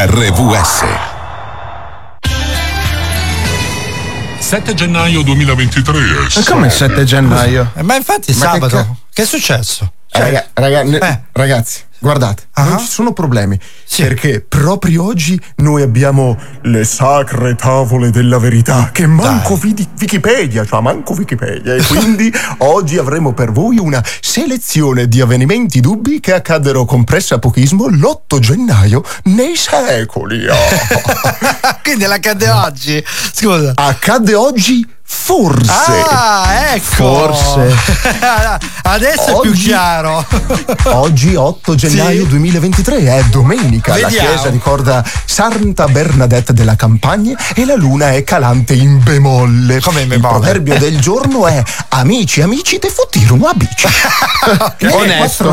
RVS. 7 gennaio 2023. Ma come 7 gennaio? Ma infatti è sabato. Che è successo? Ragazzi, guardate, non ci sono problemi, perché proprio oggi noi abbiamo le sacre tavole della verità, che manco Wikipedia, e quindi oggi avremo per voi una selezione di avvenimenti dubbi che accaddero con pressapochismo l'8 gennaio nei secoli. Quindi l'accadde oggi? Scusa. Accadde oggi forse. Ecco. Forse. Adesso è più chiaro. Oggi 8 gennaio 2023 è domenica. Vediamo. La chiesa ricorda Santa Bernadette della Campagna e la luna è calante in bemolle. Come in Il bemolle? proverbio del giorno è: amici, te fottirono a bici. Onesto.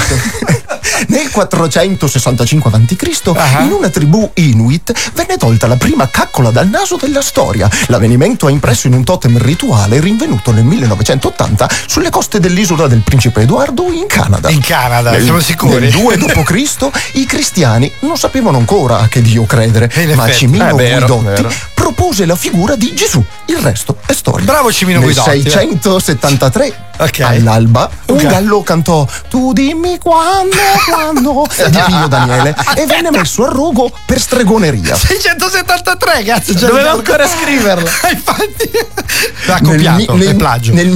Nel 465 a.C., in una tribù Inuit venne tolta la prima caccola dal naso della storia. L'avvenimento ha impresso in un totem rituale rinvenuto nel 1980 sulle coste dell'isola del Principe Edoardo in Canada. Siamo sicuri? Nel 2 d.C. i cristiani non sapevano ancora a che Dio credere, ma Cimino Guidotti propose la figura di Gesù. Il resto è storia. Bravo Cimino Guidotti. Nel 673 all'alba un gallo cantò "Tu dimmi quando" di Pio Daniele e venne messo a rogo per stregoneria. 673, cazzo, dovevo ancora scriverla. Infatti l'ha copiato, è plagio. Nel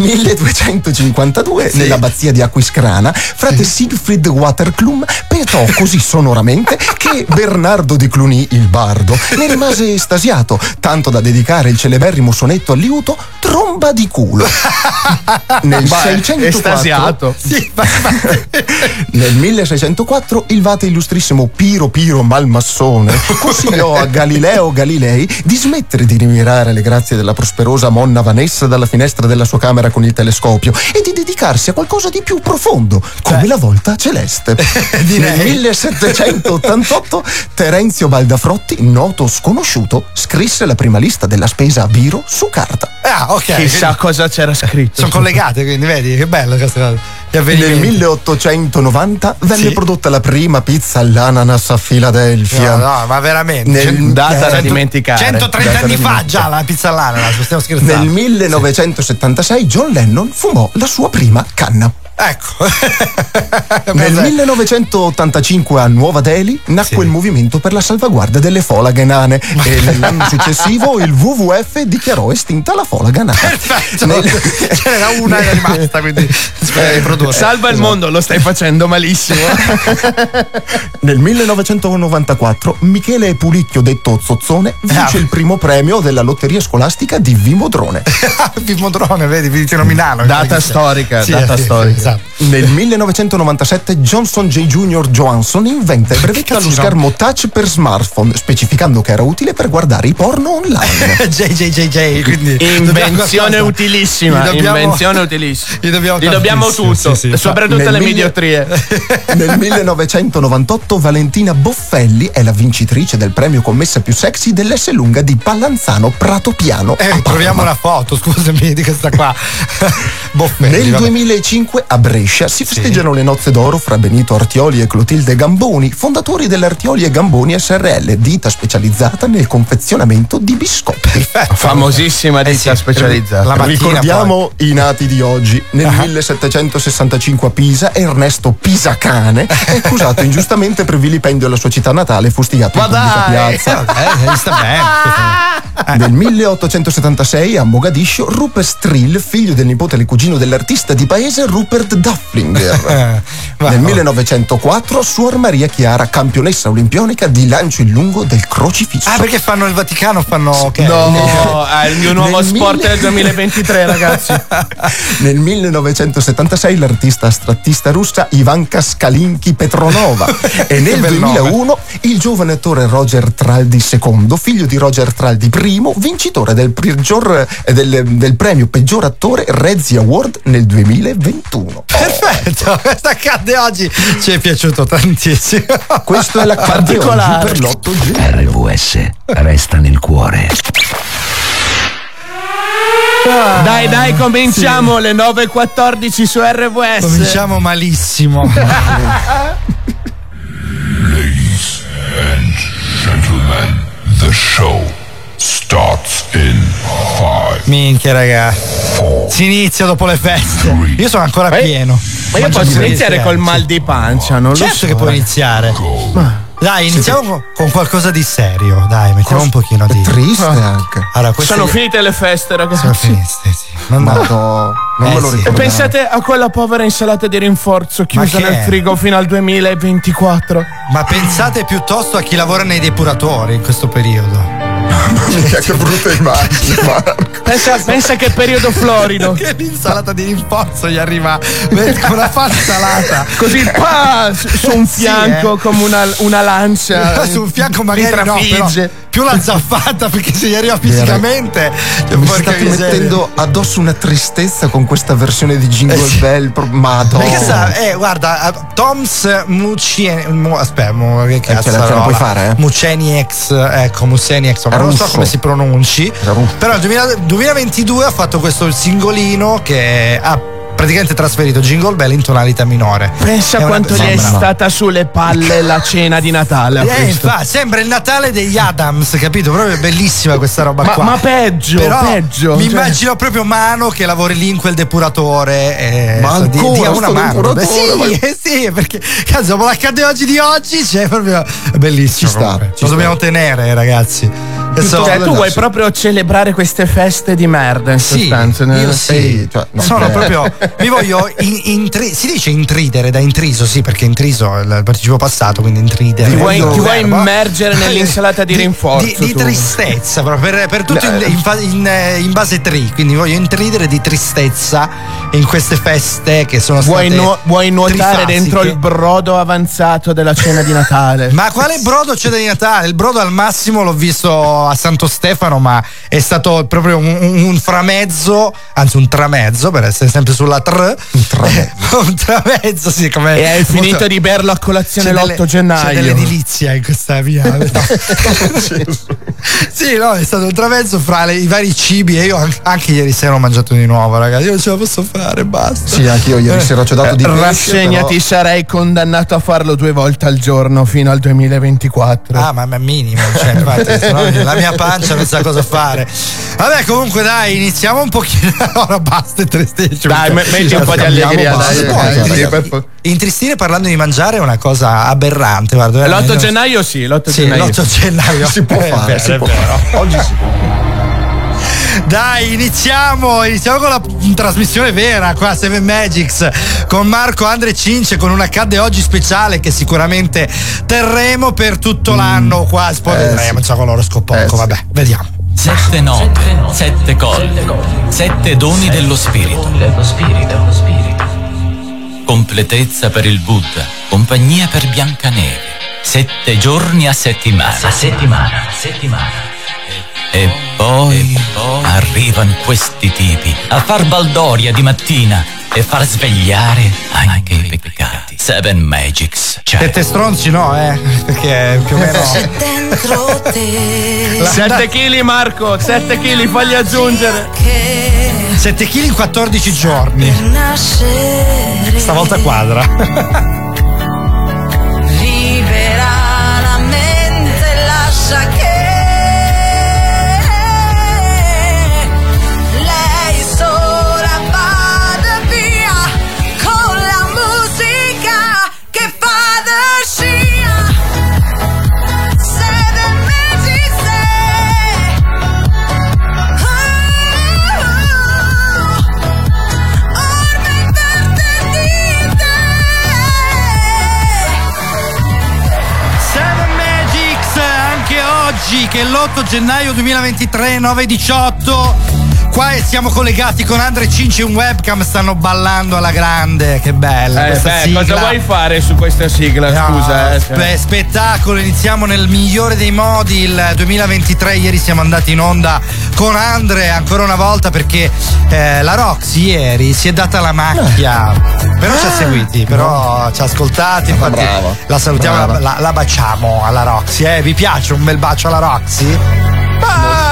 1252 nell'abbazia di Aquisgrana frate Siegfried Waterklum petò così sonoramente che Bernardo di Cluny, il bardo, ne rimase estasiato, tanto da dedicare il celeberrimo sonetto al liuto "Tromba di culo". Nel 604 estasiato. Nel 1604 il vate illustrissimo Piro Malmassone consigliò a Galileo Galilei di smettere di rimirare le grazie della prosperosa monna Vanessa dalla finestra della sua camera con il telescopio e di dedicarsi a qualcosa di più profondo, come la volta celeste. Nel 1788 Terenzio Baldafrotti, noto sconosciuto, scrisse la prima lista della spesa a biro su carta. Chissà cosa c'era scritto. Sono collegate, quindi vedi che bello questa cosa. Nel 1890 venne prodotta la prima pizza all'ananas a Filadelfia. No, ma veramente. Data da dimenticare. 130 anni fa già la pizza all'ananas, stiamo scherzando. Nel 1976 John Lennon fumò la sua prima canna. Ecco. Nel 1985 a Nuova Delhi nacque il movimento per la salvaguardia delle folaghe nane e nell'anno successivo il WWF dichiarò estinta la folaga nana. Perfetto. Ce n'era una è rimasta, quindi spera di produrre. Salva il mondo, lo stai facendo malissimo. Nel 1994 Michele Pulicchio, detto Zozzone, vince il primo premio della lotteria scolastica di Vimodrone. Vimodrone, vedi, Vitino Milano. Data storica. Esatto. Nel 1997 Johnson J. Jr. Johansson inventa e brevetta lo schermo touch per smartphone, specificando che era utile per guardare i porno online. JJJJ, quindi invenzione utilissima. Gli dobbiamo tutto, soprattutto le mediotrie. Nel 1998 Valentina Boffelli è la vincitrice del premio commessa più sexy dell'S lunga di Pallanzano Prato Piano. Troviamo la foto, scusami, di questa qua. Boffelli. Nel 2005 a Brescia si festeggiano le nozze d'oro fra Benito Artioli e Clotilde Gamboni, fondatori dell'Artioli e Gamboni SRL, ditta specializzata nel confezionamento di biscotti. Perfetto. Famosissima ditta specializzata. Ricordiamo i nati di oggi. Nel 1765 a Pisa Ernesto Pisacane è accusato ingiustamente per vilipendio alla sua città natale, fustigato in pubblica piazza. Nel 1876 a Mogadiscio Rupert Strill, figlio del nipote e cugino dell'artista di paese Rupert Dufflinger. Nel 1904 Suor Maria Chiara, campionessa olimpionica di lancio in lungo del crocifisso. Perché fanno il Vaticano, fanno No, è il mio nuovo sport del 2023, ragazzi. Nel 1976 l'artista astrattista russa Ivanka Skalinki Petronova e nel 2001 il giovane attore Roger Traldi II, figlio di Roger Traldi I, vincitore del premio peggior attore Razzie Award nel 2021. Perfetto, questa accade oggi, ci è piaciuto tantissimo. Questo è l'accade oggi per l'8 RVS resta nel cuore. Dai, cominciamo le 9:14 su RVS. Cominciamo malissimo. Ladies and Minchia, raga. Si inizia dopo le feste. Io sono ancora pieno. Ma io posso iniziare col mal di pancia, non lo Certo so. che puoi iniziare. Dai, iniziamo con qualcosa di serio. Dai, mettiamo un pochino di. Triste anche. Allora, queste Sono finite le feste, ragazzi. sono finite, sì. Non Non me lo sì. E ricordo. pensate a quella povera insalata di rinforzo chiusa Ma che nel è? frigo fino al 2024. Ma pensate piuttosto a chi lavora nei depuratori in questo periodo. Che brutta immagine, Marco. Pensa che periodo florido. Che l'insalata di rinforzo gli arriva con una falsalata. Così su un fianco come una lancia. Su un fianco mi magari no, però trafigge. più la zaffata perché se gli arriva fisicamente Mi porca state miseria. mettendo addosso una tristezza con questa versione di Jingle sì. Bell. Madonna. Perché sa, guarda, Tom's Muceni. Aspetta, che cazzo ce la puoi roba? fare, Mucenieks, ecco, Mucenieks, ma non so russo. come si pronunci. Era russo. Però nel 2022 ha fatto questo singolino che ha praticamente trasferito Jingle Bell in tonalità minore. Pensa È una quanto gli è persona. stata sulle palle la cena di Natale. a questo. Infatti, sembra il Natale degli Adams, capito? Proprio bellissima questa roba qua. Ma peggio, Però peggio. mi cioè- immagino proprio Mano che lavori lì in quel depuratore. Ma ancora dia sto una mano. depuratore, Sì, perché cazzo, dopo l'accade oggi di oggi, c'è proprio bellissimo. Ci sta, comunque. ci Lo sta. dobbiamo tenere, ragazzi. Adesso- Cioè, tu vuoi proprio celebrare queste feste di merda in Sì, sostanza? io sì. Cioè, no. Sono proprio. Mi voglio si dice intridere da intriso, sì, perché intriso è il participio passato, quindi intridere. Ti vuoi Verbo. immergere nell'insalata di rinforzo? Di tu. tristezza, proprio per tutto in base tri, quindi voglio intridere di tristezza in queste feste che sono Vuoi, state vuoi nuotare trifasiche. dentro il brodo avanzato della cena di Natale? Ma quale brodo c'è di Natale? Il brodo al massimo l'ho visto a Santo Stefano, ma è stato proprio un framezzo, anzi un tramezzo, per essere sempre sulla tr. Un tramezzo, sì, come. E hai finito di berlo a colazione l'8 gennaio. C'è dell'edilizia in questa via. Sì, no, è stato un tramezzo fra i vari cibi e io anche ieri sera ho mangiato di nuovo, ragazzi. Io non ce la posso fare, basta. Sì, anche io ieri sera ci ho dato di pesce, Rassegnati, però- sarei condannato a farlo 2 volte al giorno fino al 2024. Ah, ma minimo, cioè, infatti, sennò la mia pancia non sa cosa fare. Vabbè, comunque dai, iniziamo un pochino. Ora basta, tristezza. Dai, metti un po' di scambiamo, allegria, basta, dai. dai, Sì, per favore. Intristire parlando di mangiare è una cosa aberrante, guarda. L'8 gennaio sì, l'8 Sì, gennaio. l'8 gennaio Si può fare, vero, si è può vero. fare. Oggi si può. Dai, iniziamo con la trasmissione vera qua, Seven Magics, con Marco, Andre e Cince, con un accadde oggi speciale che sicuramente terremo per tutto l'anno qua. Poi vedremo, non so con l'oroscopo, sì. vabbè, vediamo. 7 note, 7 colli, 7 doni dello spirito. Completezza per il Buddha, compagnia per Biancaneve. 7 giorni a settimana. E poi arrivano questi tipi a far baldoria di mattina e far svegliare anche i peccati. Seven Magics. Cioè, Tette stronzi no, perché più o meno. Dentro te 7 kg Marco, 7 kg, fagli aggiungere. che 7 kg in 14 giorni. nascere Stavolta quadra. libera la mente, lascia che lei sola vada via con la musica che fa da scia. Seven Magic ormai parte di te. Seven Magics anche oggi che è l'8 gennaio 2023 9:18. Qua siamo collegati con Andre Cinci in webcam, stanno ballando alla grande, che bella questa sigla. Cosa vuoi fare su questa sigla? No, Scusa, spettacolo, iniziamo nel migliore dei modi il 2023. Ieri siamo andati in onda con Andre ancora una volta perché la Roxy ieri si è data la macchia, però ci ha seguiti, però ci ha ascoltati, infatti brava. la salutiamo, Brava. la baciamo alla Roxy. Vi piace un bel bacio alla Roxy?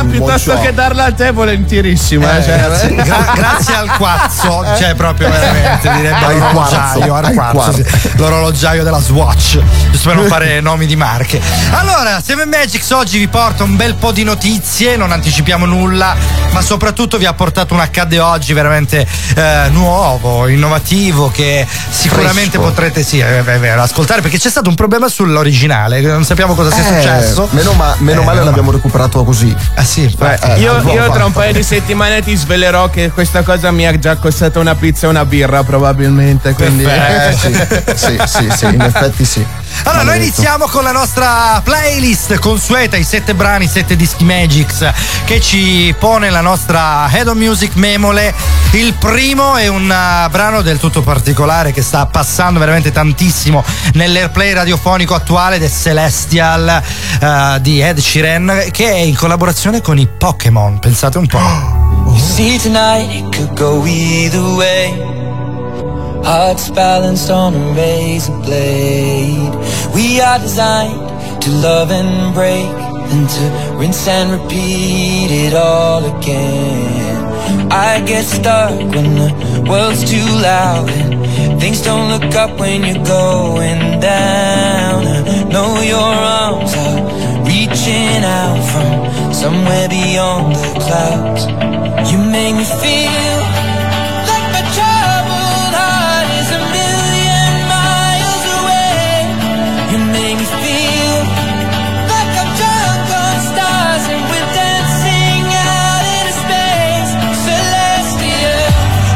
piuttosto Monciò. che darla a te, volentierissimo. Grazie, grazie al quazzo, cioè proprio veramente direbbe Al l'orologiaio, quarzo, al quarzo. sì, l'orologiaio della Swatch, giusto per non fare nomi di marche. Allora, Seven Magics oggi vi porta un bel po' di notizie, non anticipiamo nulla, ma soprattutto vi ha portato un accade oggi veramente nuovo, innovativo, che sicuramente Fresco. potrete ascoltare, perché c'è stato un problema sull'originale, non sappiamo cosa sia successo. Meno male l'abbiamo recuperato così. Sì, Io va. tra un paio di settimane ti svelerò che questa cosa mi ha già costato una pizza e una birra probabilmente, quindi Sì, in effetti sì. Allora, noi Maledetto. iniziamo con la nostra playlist consueta, i 7 brani, 7 dischi Magics, che ci pone la nostra Head on Music Memole. Il primo è un brano del tutto particolare che sta passando veramente tantissimo nell'airplay radiofonico attuale, ed è Celestial di Ed Sheeran, che è in collaborazione con i Pokémon. Pensate un po'. You see tonight it could go either way. Hearts balanced on a razor blade. We are designed to love and break, and to rinse and repeat it all again. I get stuck when the world's too loud and things don't look up when you're going down. I know your arms are reaching out from somewhere beyond the clouds. You make me feel like my troubled heart is a million miles away. You make me feel like I'm drunk on stars and we're dancing out into space. Celestial.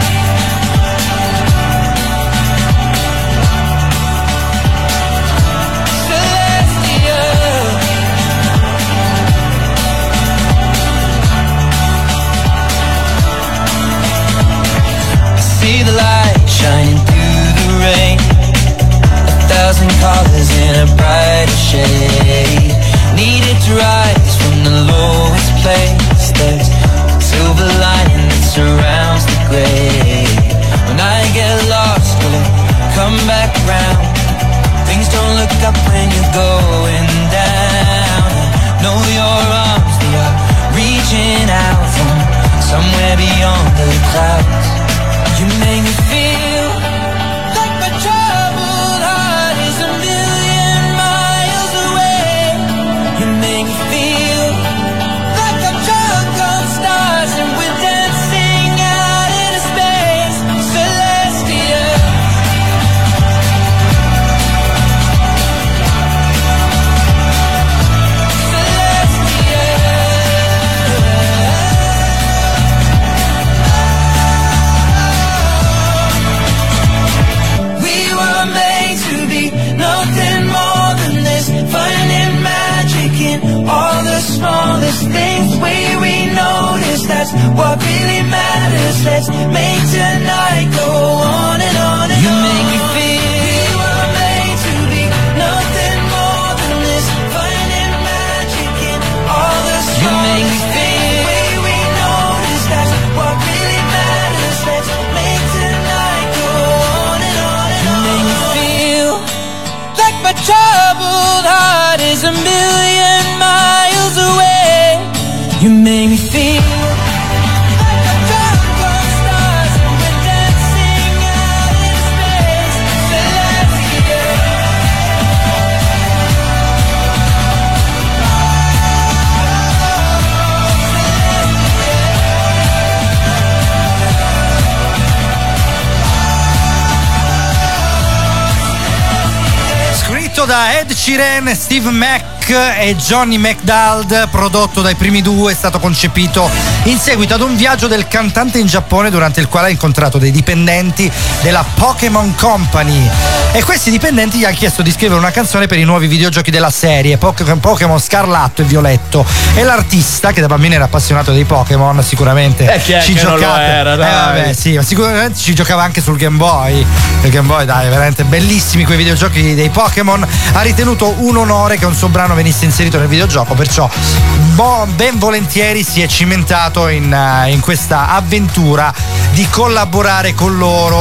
Celestial. See the light shining through the rain, 1,000 colors in a brighter shade. Needed to rise from the lowest place. There's a silver lining that surrounds the gray. When I get lost, will it come back around? Things don't look up when you're going down. Know your arms, they are reaching out from somewhere beyond the clouds. You make me feel like my troubled heart is a million miles away. You make me feel like I'm drunk on stars and we're dancing out into space. Celestial. We were made to be nothing more than this, finding magic in all the smallest things. We notice that's what really matters. Let's make tonight go on and on and you on. You make me feel we were made to be nothing more than this, finding magic in all the smallest things. You make me feel we notice that's what really matters. Let's make tonight go on and on and on. You make me feel like my troubled heart is a million miles away. You make me feel like I'm drunk on stars and we're dancing out in space. Celestial. Scritto da Ed Sheeran, Steve Mac e Johnny McDowell, prodotto dai primi due, è stato concepito in seguito ad un viaggio del cantante in Giappone, durante il quale ha incontrato dei dipendenti della Pokémon Company, e questi dipendenti gli hanno chiesto di scrivere una canzone per i nuovi videogiochi della serie Pokémon Scarlatto e Violetto, e l'artista, che da bambino era appassionato dei Pokémon, sicuramente chi è ci che non giocava, lo era, dai. vabbè, sì, ma sicuramente ci giocava anche sul Game Boy. Il Game Boy, dai, veramente bellissimi quei videogiochi dei Pokémon. Ha ritenuto un onore che un suo brano venisse inserito nel videogioco, perciò ben volentieri si è cimentato in questa avventura di collaborare con loro.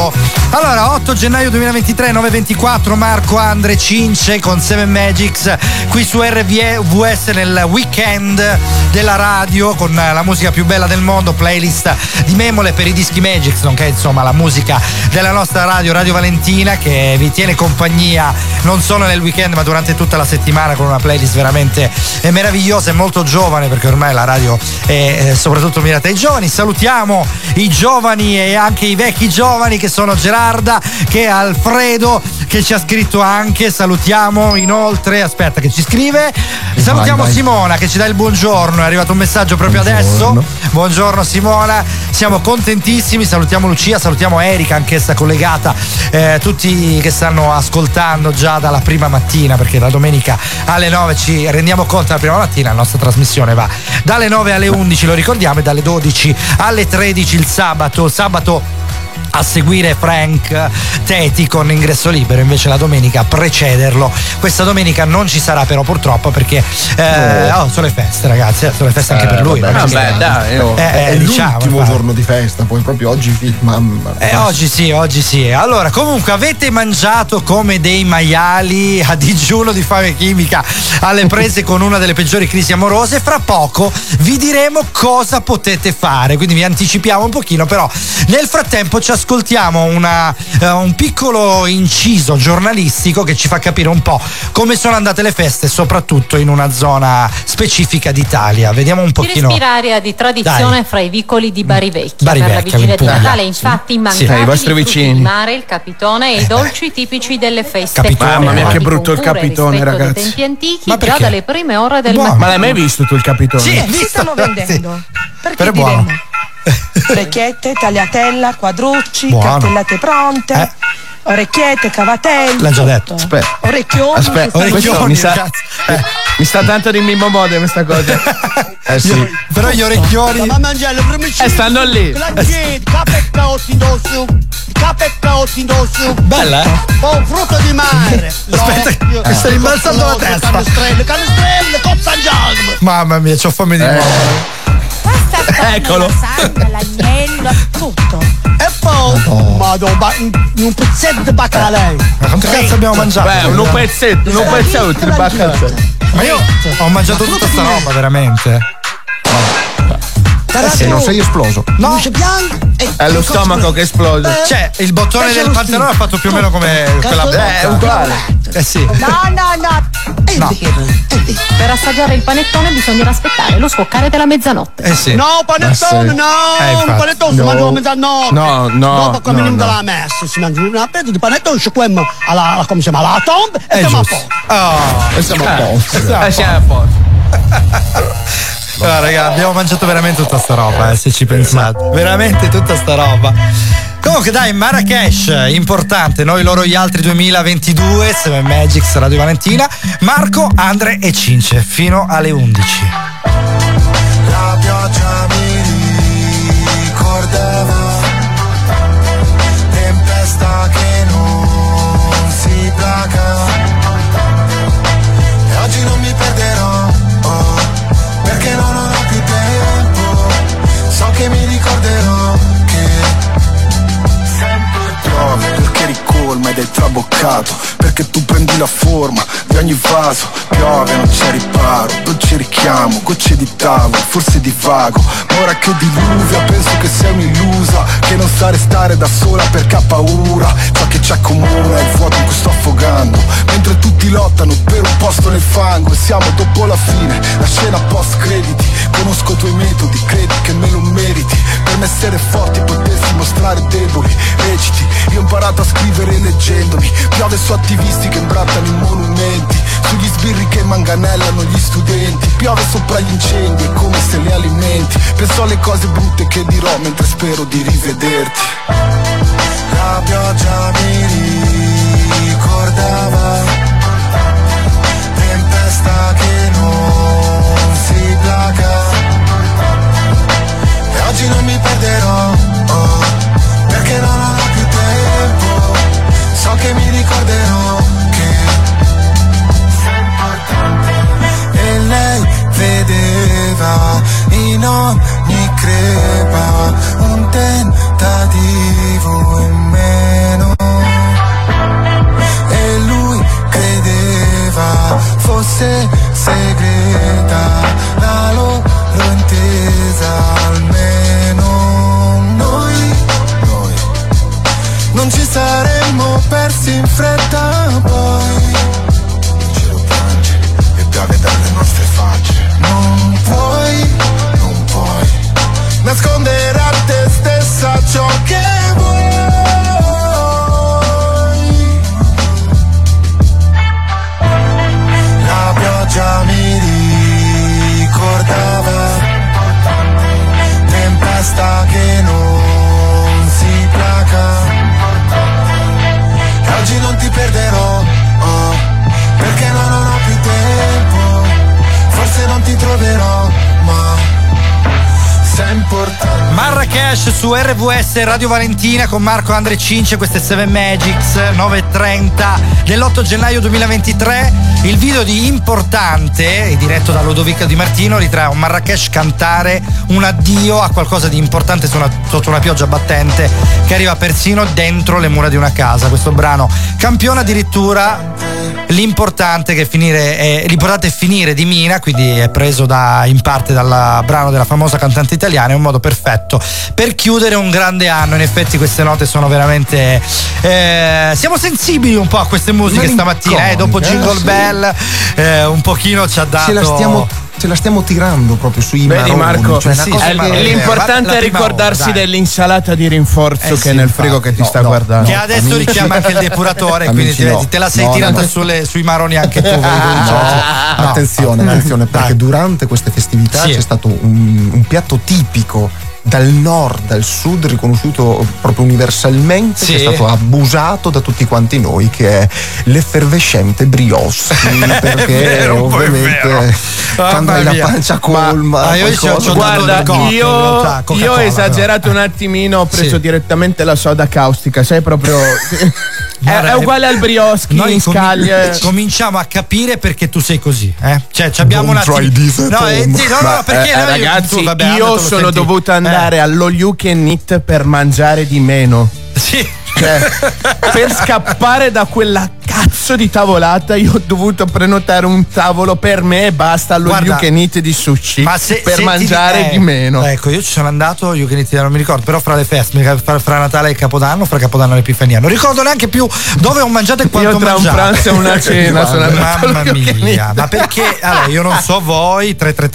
Allora, 8 gennaio 2023, 9:24, Marco, Andre, Cince con Seven Magics qui su RVS nel weekend della radio con la musica più bella del mondo, playlist di Memole per i dischi Magics, nonché insomma la musica della nostra radio, Radio Valentina, che vi tiene compagnia non solo nel weekend ma durante tutta la settimana con una playlist veramente meravigliosa e molto giovane, perché ormai la radio è soprattutto mirata ai giovani. Salutiamo i giovani e anche i vecchi giovani, che sono Gerarda, che è Alfredo, che ci ha scritto anche. Salutiamo inoltre, aspetta che ci scrive, salutiamo vai. Simona che ci dà il buongiorno, è arrivato un messaggio proprio adesso. Buongiorno Simona, siamo contentissimi. Salutiamo Lucia, salutiamo Erika, anch'essa collegata, tutti che stanno ascoltando già dalla prima mattina, perché la domenica alle 9 ci rendiamo conto la prima mattina, la nostra trasmissione va dalle 9 alle 11, lo ricordiamo, e dalle 12 alle 13 il sabato a seguire Frank Teti con Ingresso Libero, invece la domenica a precederlo. Questa domenica non ci sarà però purtroppo, perché sono le feste, ragazzi, sono le feste anche per lui. Vabbè, dai, è diciamo, l'ultimo giorno di festa, poi proprio oggi oggi sì. Allora, comunque avete mangiato come dei maiali a digiuno di fame chimica alle prese con una delle peggiori crisi amorose. Fra poco vi diremo cosa potete fare, quindi vi anticipiamo un pochino, però nel frattempo ci ascoltiamo un piccolo inciso giornalistico che ci fa capire un po' come sono andate le feste, soprattutto in una zona specifica d'Italia. Vediamo un pochino. Si respira aria di tradizione fra i vicoli di Bari Vecchia. Per la vigilia di Natale, infatti, immancabili i vostri vicini di mare, il capitone e i dolci tipici delle feste. Mamma mia, che brutto il capitone, ragazzi. Dei tempi antichi, già dalle prime ore del mattino. Ma l'hai mai visto tu il capitone? Sì, si stanno vendendo. Perché però buono. diremo orecchiette, tagliatella, quadrucci, buono. Cartellate pronte, orecchiette, cavatelli. L'ha già detto. Aspetta. Orecchioni. Orecchioni, mi sta tanto di Mimmo Mode questa cosa. Sì. Però gli orecchioni Ma mangiare le stanno lì. bella, un frutto di mare. aspetta, mi sta rimbalzando la testa. Canestrelle, cozzangiano. Mamma mia, c'ho fame di nuovo. Eccolo. L'agnello, tutto. E poi un pezzetto di baccalà. Ma quanto cazzo abbiamo mangiato? Beh, un pezzetto di baccalà. Ma io ho mangiato tutta sta roba, veramente. Se non sei esploso. No, Luce bianca. È lo stomaco che esplode. cioè il bottone del pantalone ha fatto più o meno come quella botta. È uguale. Sì. No. Per assaggiare il panettone bisognerà aspettare lo scoccare della mezzanotte. Sì. No, panettone, infatti. un panettone si mangia a mezzanotte. No. Dopo che veniamo dalla messa si mangia una pezzo di panettone, ci come alla, come si chiama, alla tomba e siamo a posto. Siamo a posto. Siamo a posto. Allora, raga, abbiamo mangiato veramente tutta sta roba, se ci pensate. Veramente tutta sta roba. Comunque dai, Marrakesh, importante, noi loro gli altri 2022, Seven Magics, Radio Valentina, Marco, Andre e Cince, fino alle 11. La pioggia mi ricordava, tempesta che non si placa, e oggi non mi perderò, perché non ho più tempo, so che mi ricorderò perché ricolma ed è traboccato, perché tu prendi la forma di ogni vaso, piove non c'è riparo, dolce richiamo, gocce di tavolo, forse divago, ma ora che diluvia penso che sei un'illusa, che non sa restare da sola perché ha paura, ciò che ci accomuna è il vuoto in cui sto affogando, mentre tutti lottano per un posto nel fango, e siamo dopo la fine, la scena post crediti, conosco i tuoi metodi, credi che me lo meriti, per me essere forti potersi mostrare deboli, reciti, io ho imparato a scrivere leggendomi, piove su attivisti che imbrattano i monumenti, sugli sbirri che manganellano gli studenti, piove sopra gli incendi, è come se li alimenti, penso alle cose brutte che dirò mentre spero di rivederti. La pioggia mi ricordava, tempesta che non si placa, e oggi non mi perderò, perché non ho più tempo, so che mi ricorderò che sei importante. E lei vedeva in ogni crepa un tentativo in meno, Flash su RVS Radio Valentina con Marco, Andre e Cince. Queste 7 Magics, 9:30 dell'8 gennaio 2023. Il video di Importante, diretto da Lodovico Di Martino, ritrae un Marrakesh cantare un addio a qualcosa di importante sotto una pioggia battente che arriva persino dentro le mura di una casa. Questo brano campiona addirittura l'importante è finire di Mina, quindi è preso in parte dal brano della famosa cantante italiana. È un modo perfetto per chiudere un grande anno. In effetti queste note sono veramente siamo sensibili un po' a queste musiche stamattina, dopo Jingle Bell un pochino ci ha dato, ce la stiamo tirando proprio sui Vedi maroni, Marco, cioè l'importante è ricordarsi dell'insalata di rinforzo che è nel frigo che ti sta guardando. Che adesso richiama anche il depuratore, quindi te la sei tirata sui maroni anche tu. Attenzione, perché durante queste festività c'è stato un piatto tipico dal nord al sud, riconosciuto proprio universalmente, che è stato abusato da tutti quanti noi, che è l'effervescente brioche, perché ovviamente quando hai la pancia colma guarda, io ho esagerato un attimino, ho preso direttamente la soda caustica, sai, proprio è uguale al brioche in scaglie. Cominciamo a capire perché tu sei così, cioè abbiamo un attimo perché ragazzi, io sono dovuto andare allo You Can Eat per mangiare di meno. Sì. Cioè, per scappare da quella cazzo di tavolata io ho dovuto prenotare un tavolo per me e basta allo You Can Eat di sushi per mangiare di meno. Ecco, io ci sono andato, You Can Eat non mi ricordo, però fra le feste, fra Natale e Capodanno, fra Capodanno e l'Epifania, non ricordo neanche più dove ho mangiato e quanto ho mangiato. Io tra un pranzo e una cena sono andato. Mamma mia, ma perché? Allora, io non so voi,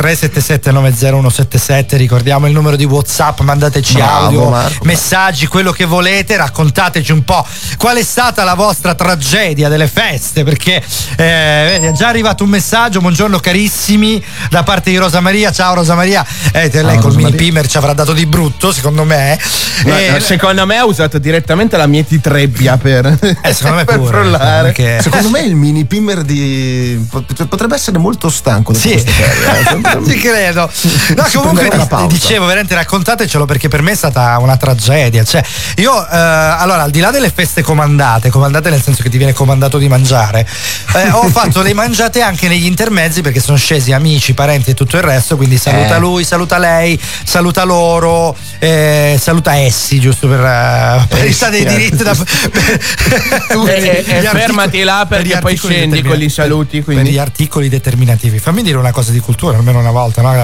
333-7790177, ricordiamo il numero di WhatsApp, mandateci audio, messaggi, quello che volete, raccontateci un po' qual è stata la vostra tragedia delle feste, perché è già arrivato un messaggio: buongiorno carissimi, da parte di Rosa Maria. Ciao Rosa Maria. Lei col mini pimer ci avrà dato di brutto, secondo me. Secondo me ha usato direttamente la mia titrebbia per secondo me per pure, frullare. Perché... Secondo me il mini pimer potrebbe essere molto stanco da queste cose. Ci credo. No, comunque dicevo, veramente raccontatecelo, perché per me è stata una tragedia. Cioè, io allora, al di là delle feste comandate nel senso che ti viene comandato di mangiare, ho fatto le mangiate anche negli intermezzi, perché sono scesi amici, parenti e tutto il resto, quindi saluta lui, saluta lei, saluta loro, saluta essi, giusto per il stato dei diritti fermati là, perché poi scendi con i saluti, quindi. Per gli articoli determinativi. Fammi dire una cosa di cultura almeno una volta, no?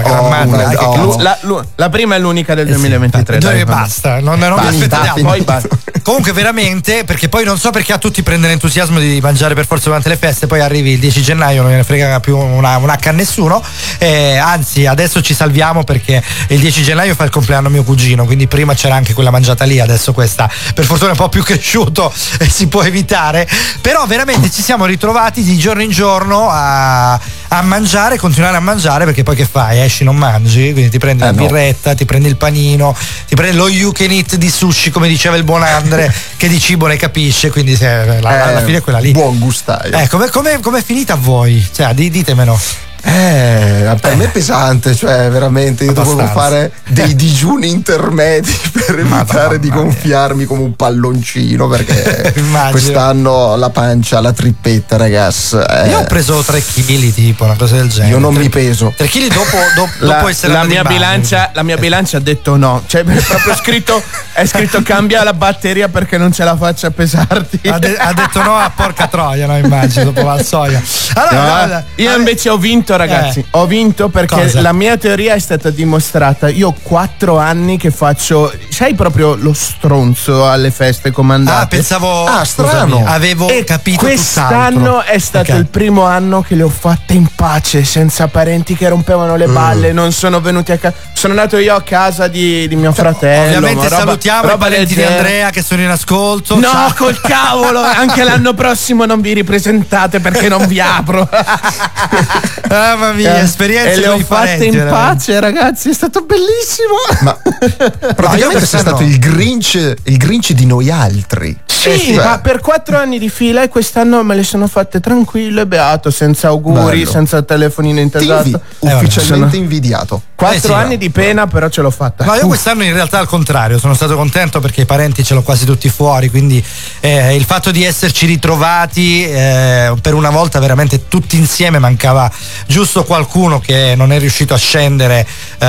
La prima è l'unica del 2023. Basta, non mi aspettiamo. Poi comunque veramente, perché poi non so perché a tutti prende l'entusiasmo di mangiare per forza durante le feste, poi arrivi il 10 gennaio non gliene frega più una H a nessuno, anzi adesso ci salviamo perché il 10 gennaio fa il compleanno mio cugino, quindi prima c'era anche quella mangiata lì, adesso questa per fortuna è un po' più cresciuto e si può evitare, però veramente ci siamo ritrovati di giorno in giorno a mangiare, continuare a mangiare, perché poi che fai? Esci, non mangi, quindi ti prendi la birretta, ti prendi il panino, ti prendi lo You Can Eat di sushi, come diceva il buon Andre, che di cibo ne capisce, quindi alla fine è quella lì. Buon gustaio. Com'è finita a voi? Cioè, ditemelo. Per me è pesante, cioè veramente io dovevo fare dei digiuni intermedi per evitare di gonfiarmi come un palloncino, perché quest'anno la pancia, la trippetta, ragazzi. Io ho preso 3 kg, tipo una cosa del genere. Io non mi peso 3 kg dopo essere la mia bilancia ha detto no, cioè è proprio scritto cambia la batteria perché non ce la faccia a pesarti. Ha detto no a porca troia, no, immagino, dopo Valsoia. Allora, io invece ho vinto, ragazzi, ho vinto perché la mia teoria è stata dimostrata. Io ho 4 anni che faccio, sai, proprio lo stronzo alle feste comandate. Pensavo strano. Avevo capito quest'anno è stato il primo anno che le ho fatte in pace, senza parenti che rompevano le balle, non sono venuti a casa. Sono andato io a casa di mio fratello. Ovviamente salutiamo i parenti di Andrea che sono in ascolto. No, ciao. Col cavolo, anche l'anno prossimo non vi ripresentate perché non vi apro. Mamma mia, esperienze e le ho fatte in pace, ragazzi, è stato bellissimo. Ma praticamente questo è stato il Grinch di noi altri. Sì, ma per 4 anni di fila e quest'anno me le sono fatte tranquillo e beato, senza auguri, senza telefonino intasato. Ufficialmente invidiato. 4 anni di pena, però ce l'ho fatta. No, io quest'anno in realtà al contrario, sono stato contento perché i parenti ce l'ho quasi tutti fuori, quindi il fatto di esserci ritrovati per una volta veramente tutti insieme, mancava giusto qualcuno che non è riuscito a scendere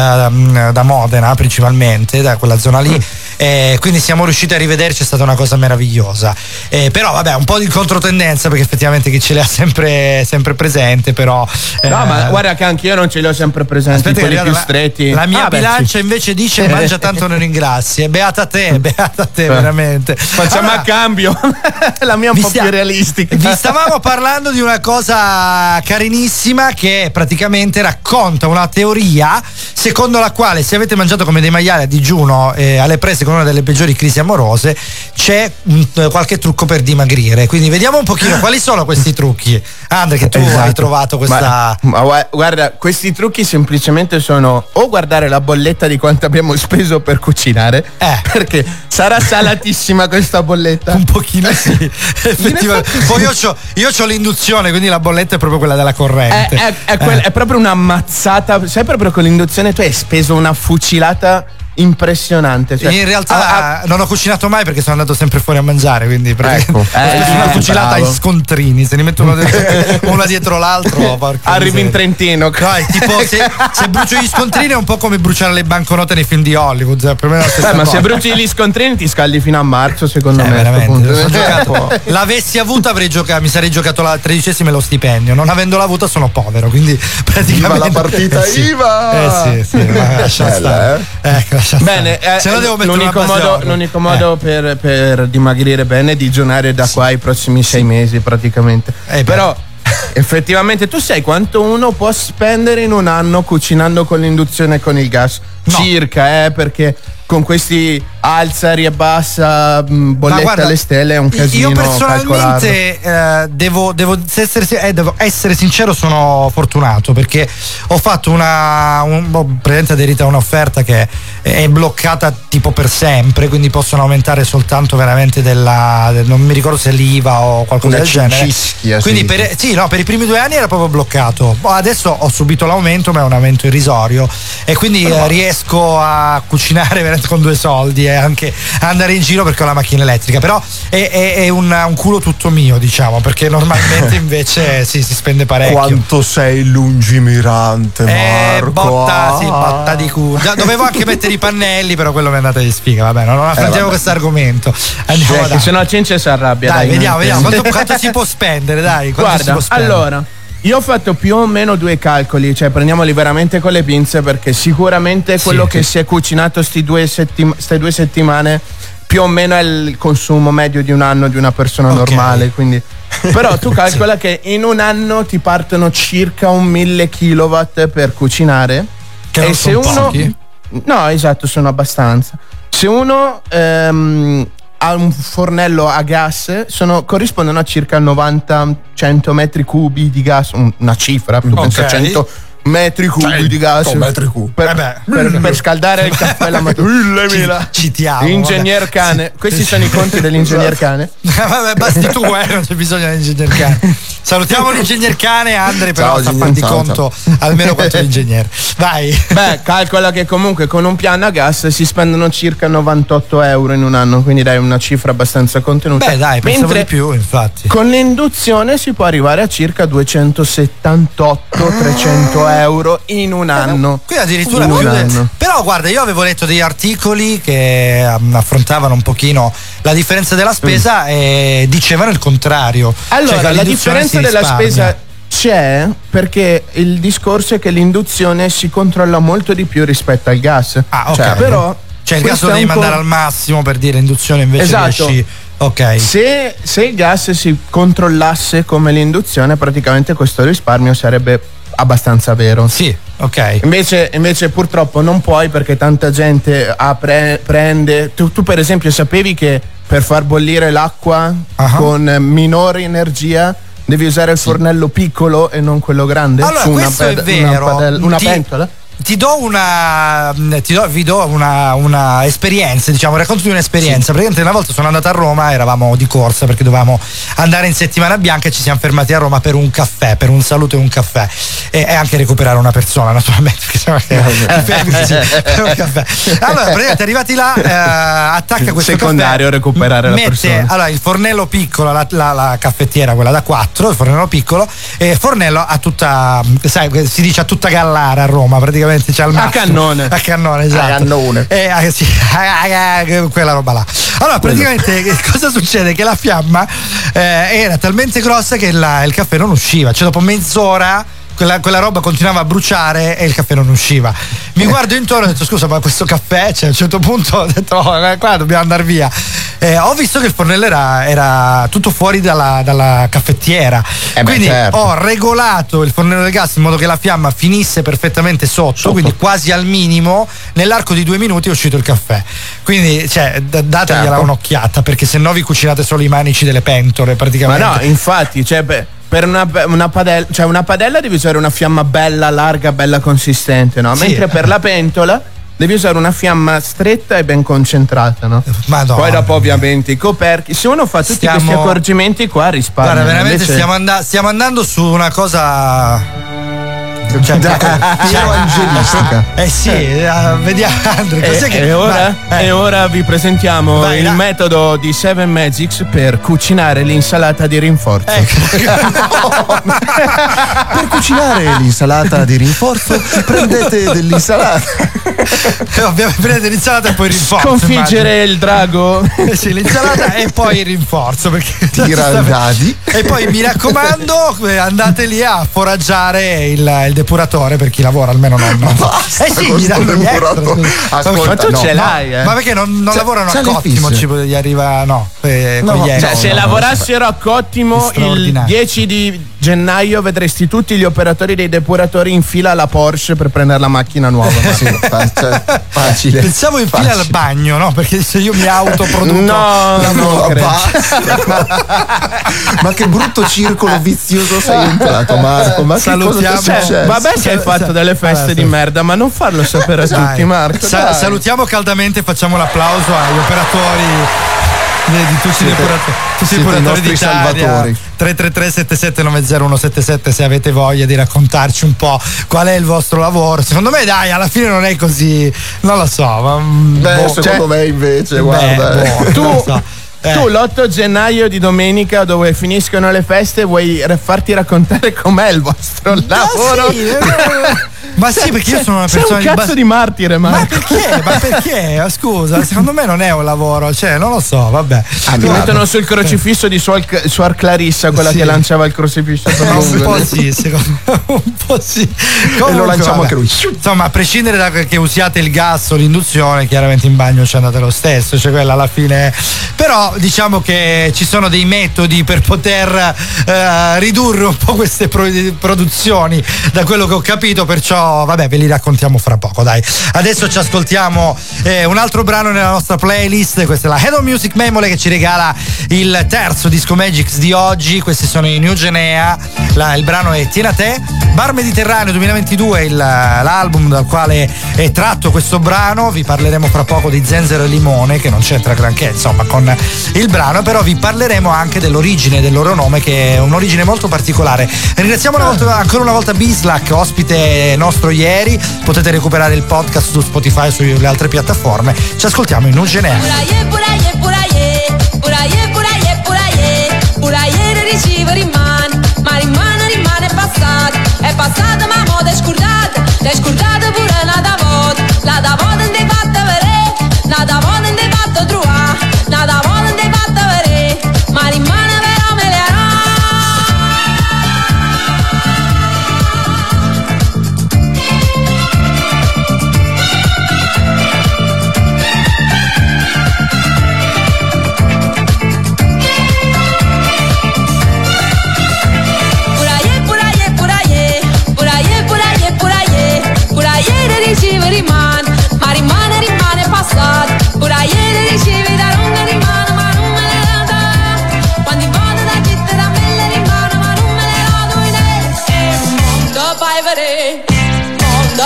da Modena principalmente, da quella zona lì. Quindi siamo riusciti a rivederci, è stata una cosa meravigliosa. Però vabbè, un po' di controtendenza perché effettivamente chi ce li ha sempre presente, però no, ma guarda che anche io non ce li ho sempre presenti, quelli più stretti. La mia bilancia invece dice mangia tanto non ringrazi. Beata te veramente. Facciamo a cambio. La mia è un po' più realistica. Vi stavamo parlando di una cosa carinissima che praticamente racconta una teoria secondo la quale se avete mangiato come dei maiali a digiuno alle prese con una delle peggiori crisi amorose c'è qualche trucco per dimagrire. Quindi vediamo un pochino quali sono questi trucchi. Andre, che tu hai trovato questa... Ma guarda, questi trucchi semplicemente sono o guardare la bolletta di quanto abbiamo speso per cucinare, perché sarà salatissima questa bolletta. Un pochino sì, effettivamente. Poi io c'ho l'induzione, quindi la bolletta è proprio quella della corrente. È proprio una mazzata. Sai, proprio con l'induzione tu hai speso una fucilata impressionante. Cioè, in realtà non ho cucinato mai perché sono andato sempre fuori a mangiare, quindi una fucilata ai scontrini, se ne mettono una dietro l'altro. Arrivi in Trentino. No, tipo se bruci gli scontrini è un po' come bruciare le banconote nei film di Hollywood. Per me è la stessa ma cosa. se bruci gli scontrini ti scaldi fino a marzo, secondo me. Veramente. L'avessi avuta mi sarei giocato la 13ª e lo stipendio. Non avendola avuta sono povero, quindi praticamente la partita IVA. Sì, lascia stare. Bene, se no devo mettere l'unico modo per dimagrire bene è digiunare da qua ai prossimi 6 mesi praticamente. Però effettivamente tu sai quanto uno può spendere in un anno cucinando con l'induzione e con il gas? No. Circa, perché con questi alza, riabbassa, bolletta alle stelle è un casino. Io personalmente devo essere sincero, sono fortunato perché ho fatto praticamente aderita a un'offerta che è bloccata tipo per sempre, quindi possono aumentare soltanto veramente non mi ricordo se l'IVA o qualcosa del genere. Quindi per i primi 2 anni era proprio bloccato. Adesso ho subito l'aumento, ma è un aumento irrisorio e quindi riesco a cucinare veramente con 2 soldi e anche andare in giro perché ho la macchina elettrica, però è un culo tutto mio, diciamo, perché normalmente invece si spende parecchio. Quanto sei lungimirante, Marco. Botta di culo. Dovevo anche mettere i pannelli, però quello mi è andata di sfiga. Vabbè, non affrontiamo questo argomento. Se no Cince si arrabbia. Dai, vediamo quanto si può spendere, dai. Guarda, allora io ho fatto più o meno 2 calcoli, cioè prendiamoli veramente con le pinze, perché sicuramente quello che si è cucinato ste 2 settimane più o meno è il consumo medio di un anno di una persona normale, quindi però tu calcola che in un anno ti partono circa 1000 kilowatt per cucinare, che non sono pochi. No, esatto, sono abbastanza. Se uno ha un fornello a gas corrispondono a circa 90-100 metri cubi di gas, una cifra, tu pensa 100 metri cubi di gas per scaldare il caffè la mattina. Citiamo Ingegner Cane, questi sono i conti dell'Ingegner Cane. Vabbè, basti tu, non c'è bisogno dell'Ingegner Cane. Salutiamo l'Ingegner Cane, Andre, però sta fatti conto almeno quanto l'ingegnere. Vai. Calcola che comunque con un piano a gas si spendono circa 98 euro in un anno, quindi dai, una cifra abbastanza contenuta. Pensavo di più, infatti. Con l'induzione si può arrivare a circa 278-300 euro in un anno. Qui addirittura però guarda, io avevo letto degli articoli che affrontavano un pochino la differenza della spesa e dicevano il contrario. Allora, la differenza della spesa c'è perché il discorso è che l'induzione si controlla molto di più rispetto al gas. Però il gas lo devi mandare al massimo, per dire, induzione invece riesci. Ok. Se il gas si controllasse come l'induzione, praticamente questo risparmio sarebbe abbastanza vero. Sì, ok. Invece purtroppo non puoi, perché tanta gente prende. Tu per esempio sapevi che per far bollire l'acqua con minore energia devi usare il fornello piccolo e non quello grande? Allora, questo è vero. Una pentola? vi do una esperienza, diciamo, racconto di un'esperienza. Praticamente una volta sono andato a Roma, eravamo di corsa perché dovevamo andare in settimana bianca e ci siamo fermati a Roma per un caffè, per un saluto e un caffè e anche recuperare una persona, naturalmente, per un caffè. Allora praticamente arrivati là, attacca questo secondario caffè, recuperare la persona. Allora il fornello piccolo, la caffettiera quella da 4, il fornello piccolo, e fornello a tutta, sai, si dice a tutta gallara a Roma, praticamente c'è al massimo. A cannone, esatto. A cannone. Sì, quella roba là. Allora praticamente cosa succede? Che la fiamma era talmente grossa che il caffè non usciva, cioè dopo mezz'ora quella roba continuava a bruciare e il caffè non usciva. Mi guardo intorno e ho detto scusa, ma questo caffè, cioè, a un certo punto ho detto qua dobbiamo andare via. Ho visto che il fornello era tutto fuori dalla caffettiera, quindi certo. Ho regolato il fornello del gas in modo che la fiamma finisse perfettamente sotto. Quindi quasi al minimo. Nell'arco di 2 minuti è uscito il caffè, quindi cioè dategliela certo. Un'occhiata, perché se no vi cucinate solo i manici delle pentole praticamente. Ma no, infatti, cioè per una padella, cioè una padella devi usare una fiamma bella, larga, bella consistente, no? Mentre per la pentola devi usare una fiamma stretta e ben concentrata, no? Madonna. Poi dopo ovviamente i coperchi. Se uno fa tutti questi accorgimenti qua risparmia. Guarda, veramente invece... stiamo andando su una cosa... Cioè, angelistica. Sì, vediamo Andrea, e ora vi presentiamo il metodo di Seven Magics per cucinare l'insalata di rinforzo. Per cucinare l'insalata di rinforzo prendete dell'insalata. Ovviamente prendete l'insalata e poi il rinforzo. Sconfiggere il drago. Sì, l'insalata e poi il rinforzo, perché tira i dadi. E poi mi raccomando, andate lì a foraggiare il depuratore per chi lavora, almeno non. Sì, mi danno gli extra. Ma tu ce l'hai, Ma perché non lavorano a Cottimo? Gli arriva con gli extra. Se lavorassero a Cottimo il 10 di gennaio vedresti tutti gli operatori dei depuratori in fila alla Porsche per prendere la macchina nuova. Facile. Pensavo in fila al bagno, no? Perché se io mi autoproduco. No, ma che brutto circolo vizioso sei entrato, Marco. Ma salutiamo. Vabbè che hai fatto delle feste di merda, ma non farlo sapere a tutti, Marco. Salutiamo caldamente e facciamo l'applauso agli operatori di tutti i depuratori d'Italia. 333 7790 177 se avete voglia di raccontarci un po' qual è il vostro lavoro. Secondo me dai, alla fine non è così, non lo so, ma secondo me invece guarda, tu l'8 gennaio di domenica, dove finiscono le feste, vuoi farti raccontare com'è il vostro lavoro? Sì, ma sì, perché io sono una persona sei un cazzo di martire, Ma perché? Scusa, secondo me non è un lavoro, cioè non lo so, vabbè. Mi mettono sul crocifisso di Suor Clarissa, quella che lanciava il crocifisso per un po' sì, secondo me un po' sì. Comunque, e lo lanciamo anche lui. Insomma, a prescindere da che usiate il gas o l'induzione, chiaramente in bagno ci andate lo stesso, cioè quella alla fine. Però diciamo che ci sono dei metodi per poter ridurre un po' queste produzioni, da quello che ho capito, perciò vabbè, ve li raccontiamo fra poco, dai. Adesso ci ascoltiamo un altro brano nella nostra playlist. Questa è la Head of Music Memole che ci regala il terzo Disco Magics di oggi. Questi sono i New Genea, il brano è Tieni a te. Bar Mediterraneo 2022 l'album dal quale è tratto questo brano. Vi parleremo fra poco di Zenzero e Limone, che non c'entra granché insomma con il brano, però vi parleremo anche dell'origine del loro nome, che è un'origine molto particolare. Ringraziamo ancora una volta Bislack, ospite nostro ieri. Potete recuperare il podcast su Spotify e sulle altre piattaforme. Ci ascoltiamo in Nugenea. È passata ma mo' t'è scordata pure nada volta. La da volta non ti fatta vedere, nada volta non ti fatta trovare, nada volta non ti fatta vedere, ma rimane però me le Pura ye,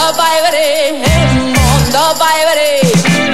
vai vedere, mondo vai vedere.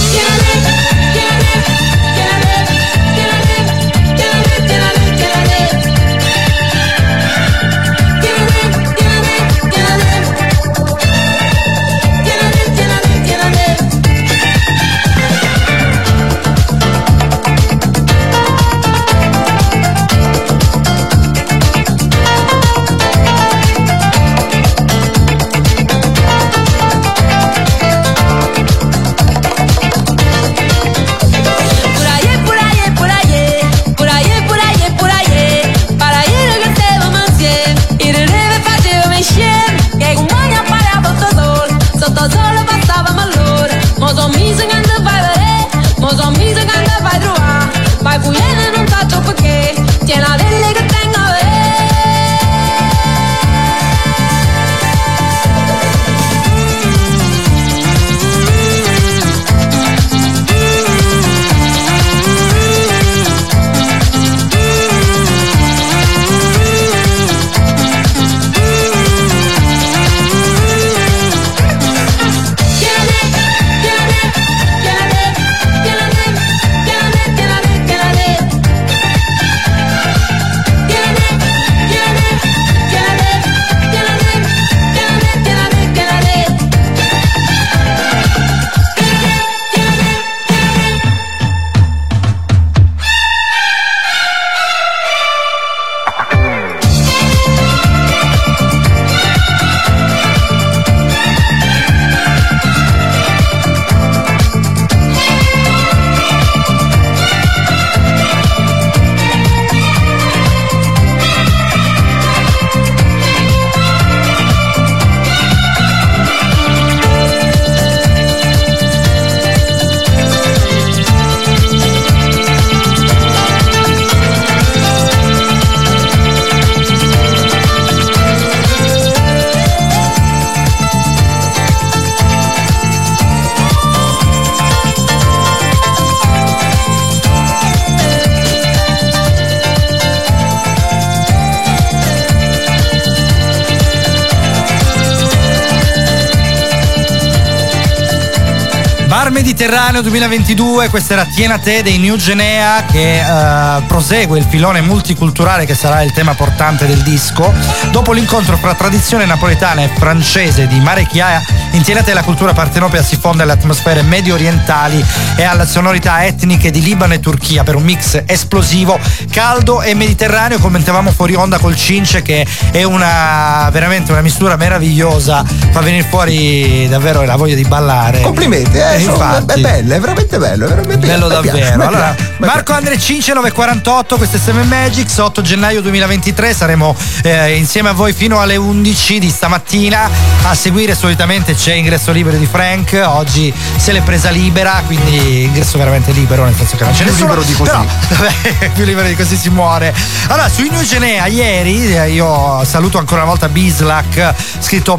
Mediterraneo 2022, questa era Tiena Te dei New Genea che prosegue il filone multiculturale che sarà il tema portante del disco. Dopo l'incontro fra tradizione napoletana e francese di Mare Chiaia, in Tiena Te la cultura partenopea si fonda alle atmosfere medio orientali e alle sonorità etniche di Libano e Turchia per un mix esplosivo, caldo e mediterraneo. Commentavamo fuori onda col Cince che è veramente una mistura meravigliosa, fa venire fuori davvero la voglia di ballare. Complimenti, infatti. È bello, è veramente bello, è veramente bello davvero. Piace, allora, Marco Andre Cince 948, questo è SM Magics, 8 gennaio 2023, saremo insieme a voi fino alle 11 di stamattina. A seguire solitamente c'è ingresso libero di Frank, oggi se l'è presa libera, quindi ingresso veramente libero, nel senso che non c'è nessuno. Più libero di così. Però, vabbè, più libero di così si muore. Allora, sui New Genea ieri, io saluto ancora una volta Bislach, scritto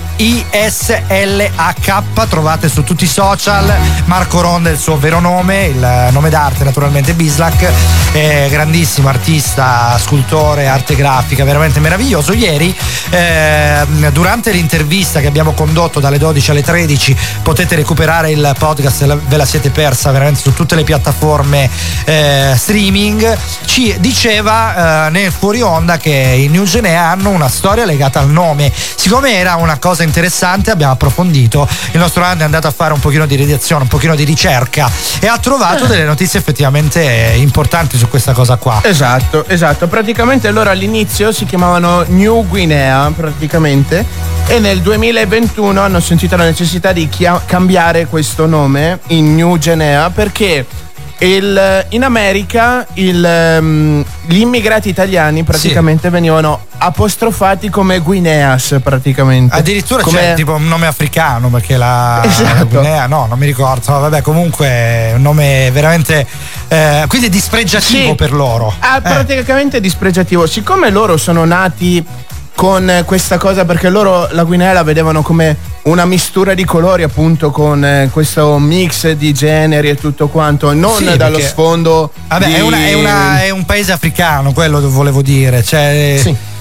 BISLH, trovate su tutti i social. Marco Ronda è il suo vero nome, il nome d'arte naturalmente Bislach, è grandissimo artista, scultore, arte grafica, veramente meraviglioso. Ieri durante l'intervista che abbiamo condotto dalle 12 alle 13, potete recuperare il podcast, ve la siete persa veramente su tutte le piattaforme streaming, ci diceva nel fuori onda che i New Genea hanno una storia legata al nome. Siccome era una cosa interessante, abbiamo approfondito, il nostro Andy è andato a fare un pochino di redazione, un pochino di ricerca e ha trovato delle notizie effettivamente importanti su questa cosa qua. Esatto, praticamente loro all'inizio si chiamavano New Guinea praticamente, e nel 2021 hanno sentito la necessità di cambiare questo nome in New Genea perché in America gli immigrati italiani praticamente venivano apostrofati come Guineas praticamente. Addirittura come... c'è tipo un nome africano, perché la esatto. Guinea, no, non mi ricordo, vabbè, comunque un nome veramente quindi dispregiativo, sì, per loro. Praticamente dispregiativo. Siccome loro sono nati con questa cosa, perché loro la Guinea la vedevano come una mistura di colori, appunto, con questo mix di generi e tutto quanto, non sì, dallo perché, sfondo vabbè, è un paese africano, quello volevo dire, cioè sì.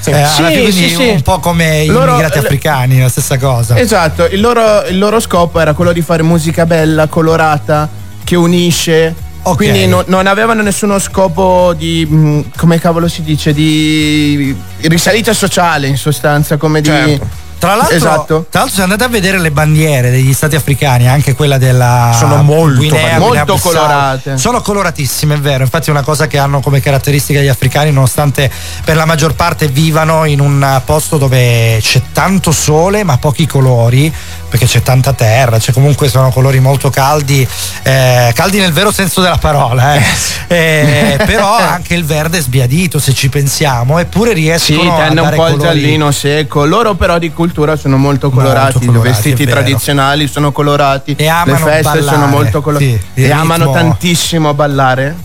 un po' come gli immigrati africani, la stessa cosa. Esatto, il loro scopo era quello di fare musica bella, colorata, che unisce. Quindi non avevano nessuno scopo di, come cavolo si dice, di risalita sociale, in sostanza, come di... Tra l'altro, se andate a vedere le bandiere degli stati africani, anche quella della sono molto colorate. Sono coloratissime, è vero. Infatti è una cosa che hanno come caratteristica gli africani, nonostante per la maggior parte vivano in un posto dove c'è tanto sole ma pochi colori, perché c'è tanta terra, cioè comunque sono colori molto caldi, caldi nel vero senso della parola, però anche il verde è sbiadito se ci pensiamo, eppure riescono a dare un po' colori. Il giallino secco. Loro però di cultura sono molto colorati, i vestiti tradizionali sono colorati, e amano le feste ballare, sono molto colorate, e amano tantissimo ballare,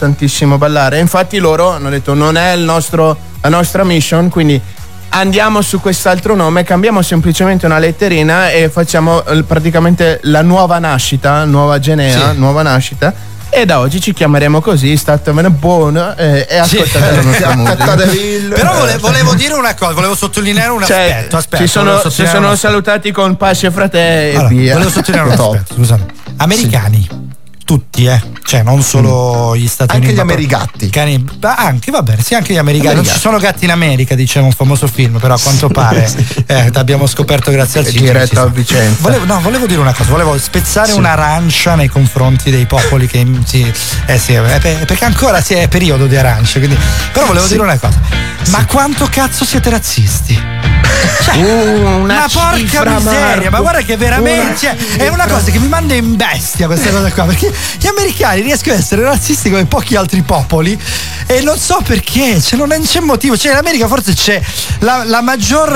infatti loro hanno detto non è la nostra mission, quindi andiamo su quest'altro nome, cambiamo semplicemente una letterina e facciamo praticamente la nuova nascita, nuova Genea, nuova nascita. E da oggi ci chiameremo così, statevene buono e ascoltate la nostra musica. Però volevo dire una cosa, volevo sottolineare un aspetto. Ci sono salutati con pace frate e via. Volevo sottolineare un aspetto, scusami. Americani. Tutti, cioè non solo gli Stati Uniti. Anche gli amerigatti. Anche, va bene, sì, anche gli americani. Non ci sono gatti in America, diceva un famoso film, però a quanto pare abbiamo scoperto grazie al cinema. Diretto a Vicenza. Volevo dire una cosa, volevo spezzare un'arancia nei confronti dei popoli che perché ancora è periodo di arance, quindi. Però volevo dire una cosa. Ma quanto cazzo siete razzisti? Una porca miseria, ma guarda che veramente è una cosa che mi manda in bestia questa cosa qua, perché gli americani riescono ad essere razzisti come pochi altri popoli e non so perché, non c'è motivo. In America forse c'è la maggior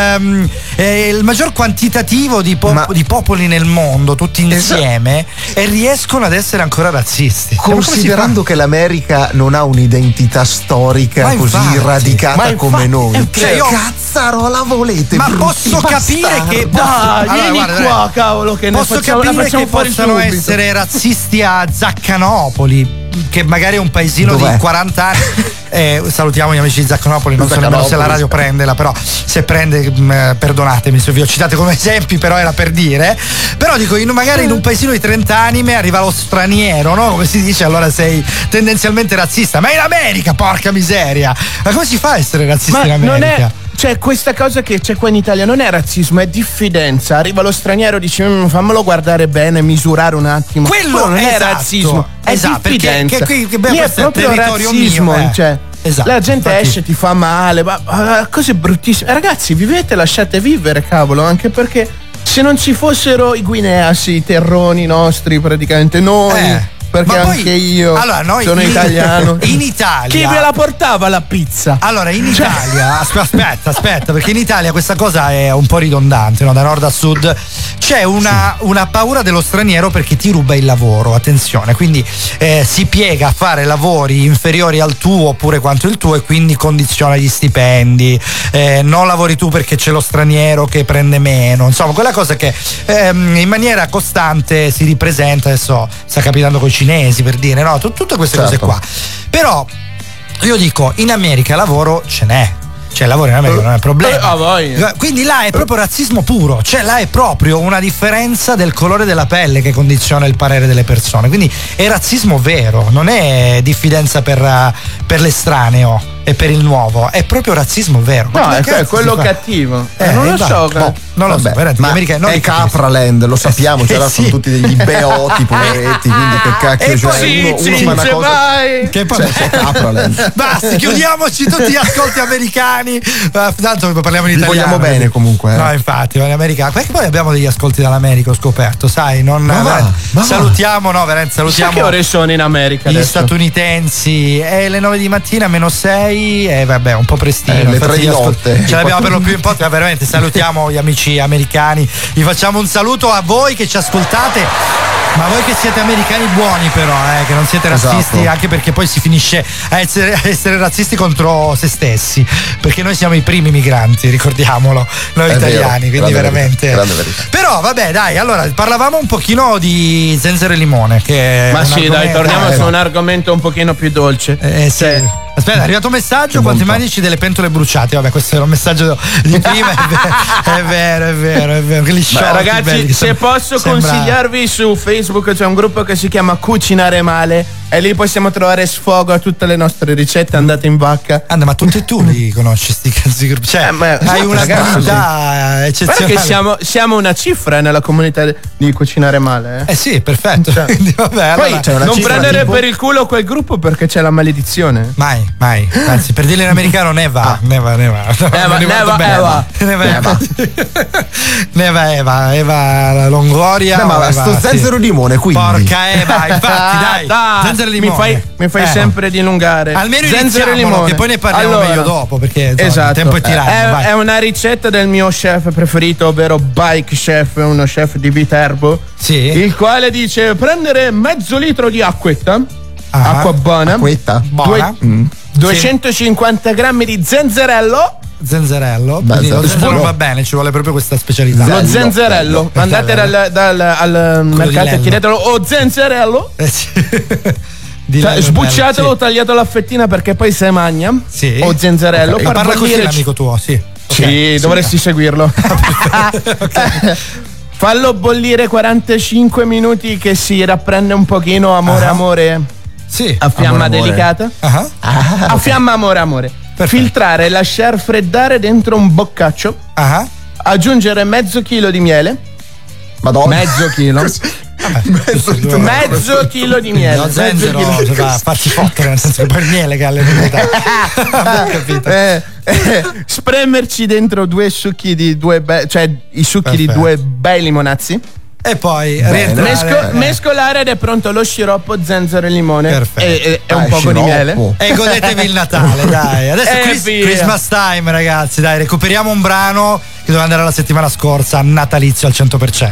il maggior quantitativo di popoli nel mondo tutti insieme e riescono ad essere ancora razzisti, considerando che l'America non ha un'identità storica così radicata come noi. Cazzarola volete? Ma posso capire che vieni qua, cavolo, che posso capire che possano essere razzisti a Zaccanopoli, che magari è un paesino di 40 anni. Salutiamo gli amici di Zaccanopoli, non so nemmeno se la radio prendela, però se prende perdonatemi se vi ho citato come esempi, però era per dire. Però dico, magari in un paesino di 30 anime arriva lo straniero, no? Come si dice, allora sei tendenzialmente razzista. Ma in America, porca miseria! Ma come si fa a essere razzista in America? Cioè, questa cosa che c'è qua in Italia non è razzismo, è diffidenza. Arriva lo straniero, dice fammelo guardare bene, misurare un attimo. Quello non è razzismo, è diffidenza. Perché è proprio razzismo, mio, cioè. Esatto, la gente esce, ti fa male, cose bruttissime. Ragazzi, vivete, lasciate vivere, cavolo, anche perché se non ci fossero i Guineas, i terroni nostri, praticamente noi. Perché anche io sono italiano. In Italia chi ve la portava la pizza? Allora in Italia aspetta, perché in Italia questa cosa è un po' ridondante, no? Da nord a sud c'è una paura dello straniero perché ti ruba il lavoro, attenzione, quindi si piega a fare lavori inferiori al tuo oppure quanto il tuo e quindi condiziona gli stipendi, non lavori tu perché c'è lo straniero che prende meno, insomma quella cosa che in maniera costante si ripresenta. Adesso sta capitando con i cinesi, per dire, no? Tutte queste cose qua. Però io dico, in America lavoro ce n'è. Cioè, lavoro in America non è un problema. Quindi là è proprio razzismo puro, cioè là è proprio una differenza del colore della pelle che condiziona il parere delle persone. Quindi è razzismo vero, non è diffidenza per l'estraneo e per il nuovo, è proprio razzismo vero. No, è quello cattivo. Non lo so. Non lo so, ma è Capraland, lo sappiamo, sono tutti degli beoti, poveretti, quindi che cacchio c'è? Uno fa una cosa. Che poi c'è Capraland. Basta, chiudiamoci tutti gli ascolti americani. Tanto parliamo in italiano. Vogliamo bene comunque. No, infatti, in America. Poi abbiamo degli ascolti dall'America, ho scoperto, sai, salutiamo, veramente salutiamo. Che ore sono in America gli adesso? Statunitensi, è le 9 di mattina, -6. Vabbè, un po' prestino. Le 3 di notte. Ce l'abbiamo per lo più in posto. Veramente salutiamo gli amici americani. Gli facciamo un saluto a voi che ci ascoltate. Ma voi che siete americani buoni, però, che non siete razzisti, esatto. Anche perché poi si finisce a essere razzisti contro se stessi. Perché noi siamo i primi migranti, ricordiamolo, noi è italiani, vero, quindi veramente. Grande verità. Però vabbè, dai, allora parlavamo un pochino di zenzero e limone. Che ma sì, dai, torniamo su un argomento un pochino più dolce. Sì. Aspetta, è arrivato un messaggio, quanti manici delle pentole bruciate. Vabbè, questo era un messaggio di prima. È vero. Quelli sciolti, ragazzi, belli, se posso consigliarvi, su Facebook c'è un gruppo che si chiama Cucinare Male e lì possiamo trovare sfogo a tutte le nostre ricette. Andate in vacca. Ma tutte e tu li conosci sti cazzi gruppi? Cioè, hai una comunità eccezionale. Perché siamo una cifra nella comunità di Cucinare Male. Sì, perfetto. Cioè, quindi, vabbè, poi allora, non prendere per il culo quel gruppo perché c'è la maledizione. Mai. Anzi, per dirlo in americano, neva. Eva la Longoria. Ma sto zenzero limone, quindi. Porca Eva, infatti, dai. Zenzero limone. Mi fai sempre dilungare. Almeno zenzero limone, che poi ne parliamo meglio dopo, perché insomma, il tempo è tirato. È una ricetta del mio chef preferito, ovvero Bike Chef, uno chef di Viterbo. Sì. Il quale dice prendere mezzo litro di acquetta. Acqua buona. Acquetta. Buona. 250 grammi di zenzerello. Lo zenzero va bene, ci vuole proprio questa specialità. Lo zenzerello. Andate al mercato e chiedetelo. Oh, zenzerello. Sbucciatelo, tagliatelo a fettina perché poi se magna. Sì. O zenzerello. Okay. Parla così l'amico tuo, sì. Sì, dovresti seguirlo. Fallo bollire 45 minuti che si rapprende un pochino. Amore. Sì. A fiamma delicata. A fiamma amore. Perfetto. Filtrare e lasciar freddare dentro un boccaccio. Aggiungere mezzo chilo di miele. Madonna. Mezzo chilo. Mezzo chilo di miele. Lo zenzero va a farsi fottere, nel senso che poi il miele che ha le proprietà. Spremerci dentro due succhi di cioè i succhi di due bei limonazzi. E poi mescolare ed è pronto lo sciroppo, zenzero e limone. Perfetto. E un poco di miele. E godetevi il Natale, dai. Adesso Christmas time, ragazzi, dai, recuperiamo un brano che doveva andare la settimana scorsa, natalizio al 100%.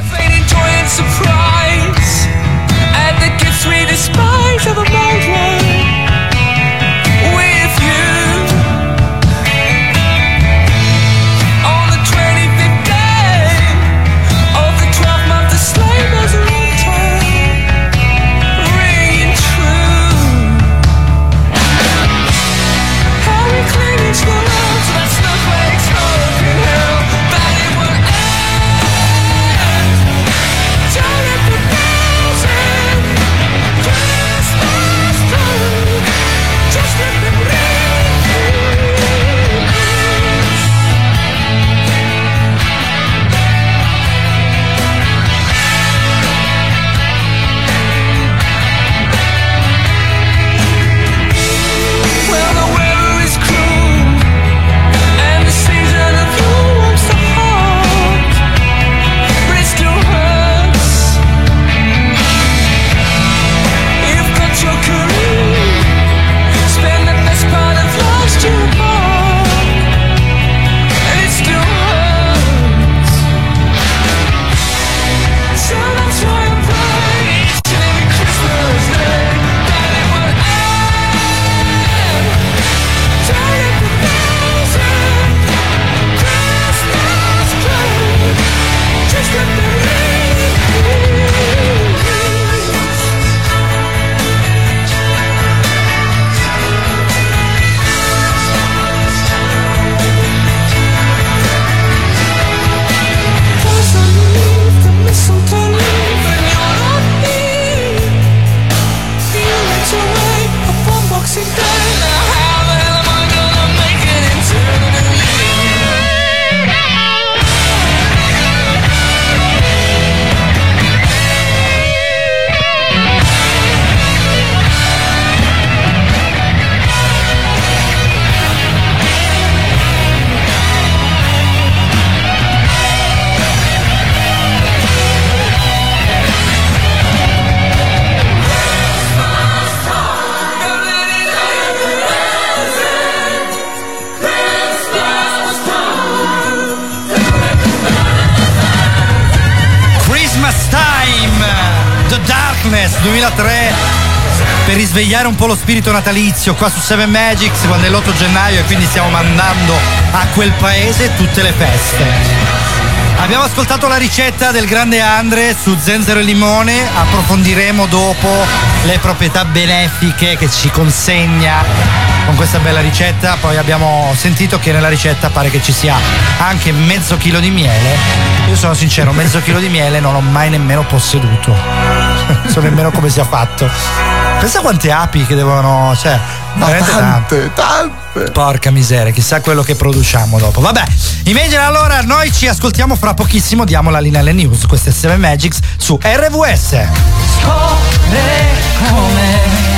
The Darkness 2003, per risvegliare un po' lo spirito natalizio qua su 7 Magics, quando è l'8 gennaio e quindi stiamo mandando a quel paese tutte le feste. Abbiamo ascoltato la ricetta del grande Andre su zenzero e limone, approfondiremo dopo le proprietà benefiche che ci consegna con questa bella ricetta. Poi abbiamo sentito che nella ricetta pare che ci sia anche mezzo chilo di miele. Io sono sincero, mezzo chilo di miele non l'ho mai nemmeno posseduto, non so nemmeno come sia fatto. Pensa quante api che devono, cioè, veramente tante. Porca miseria, chissà quello che produciamo dopo. Vabbè, Imagine, allora noi ci ascoltiamo fra pochissimo, diamo la linea alle news. Queste è 7 Magics su RVS. Scopre come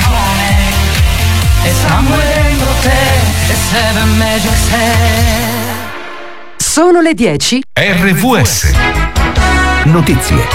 e somewhere dentro te e 7 Magics è. Sono le 10. RVS. Notizie.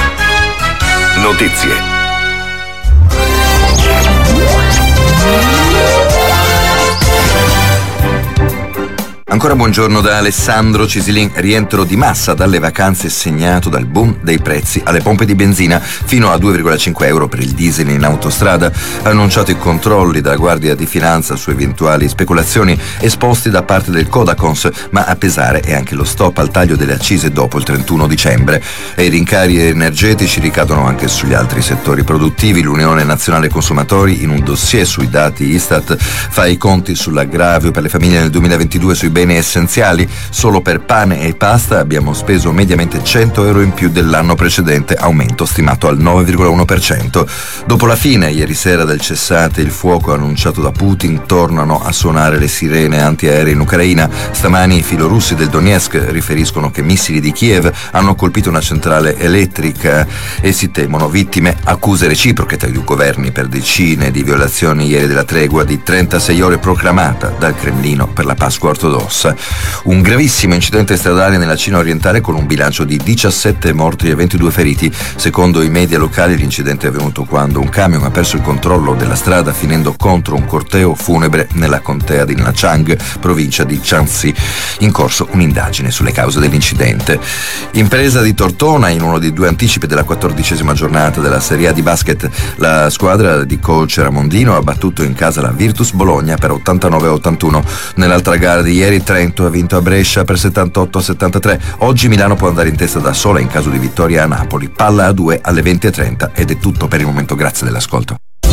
Ancora buongiorno da Alessandro Cisilin. Rientro di massa dalle vacanze segnato dal boom dei prezzi alle pompe di benzina, fino a 2,5 euro per il diesel in autostrada. Ha annunciato i controlli della Guardia di Finanza su eventuali speculazioni esposti da parte del Codacons, ma a pesare è anche lo stop al taglio delle accise dopo il 31 dicembre. E i rincari energetici ricadono anche sugli altri settori produttivi. L'Unione Nazionale Consumatori, in un dossier sui dati Istat, fa i conti sull'aggravio per le famiglie nel 2022 sui beni essenziali. Solo per pane e pasta abbiamo speso mediamente 100 euro in più dell'anno precedente, aumento stimato al 9,1%. Dopo la fine ieri sera del cessate il fuoco annunciato da Putin, tornano a suonare le sirene antiaeree in Ucraina. Stamani i filorussi del Donetsk riferiscono che missili di Kiev hanno colpito una centrale elettrica e si temono vittime. Accuse reciproche tra i due governi per decine di violazioni ieri della tregua di 36 ore proclamata dal Cremlino per la Pasqua ortodossa. Un gravissimo incidente stradale nella Cina orientale con un bilancio di 17 morti e 22 feriti. Secondo i media locali l'incidente è avvenuto quando un camion ha perso il controllo della strada finendo contro un corteo funebre nella contea di Nanchang, provincia di Jiangxi. In corso un'indagine sulle cause dell'incidente. Impresa di Tortona in uno dei due anticipi della 14ª giornata della Serie A di basket. La squadra di coach Ramondino ha battuto in casa la Virtus Bologna per 89-81. Nell'altra gara di ieri Trento ha vinto a Brescia per 78-73. Oggi Milano può andare in testa da sola in caso di vittoria a Napoli. Palla a 2 alle 20:30 ed è tutto per il momento. Grazie dell'ascolto.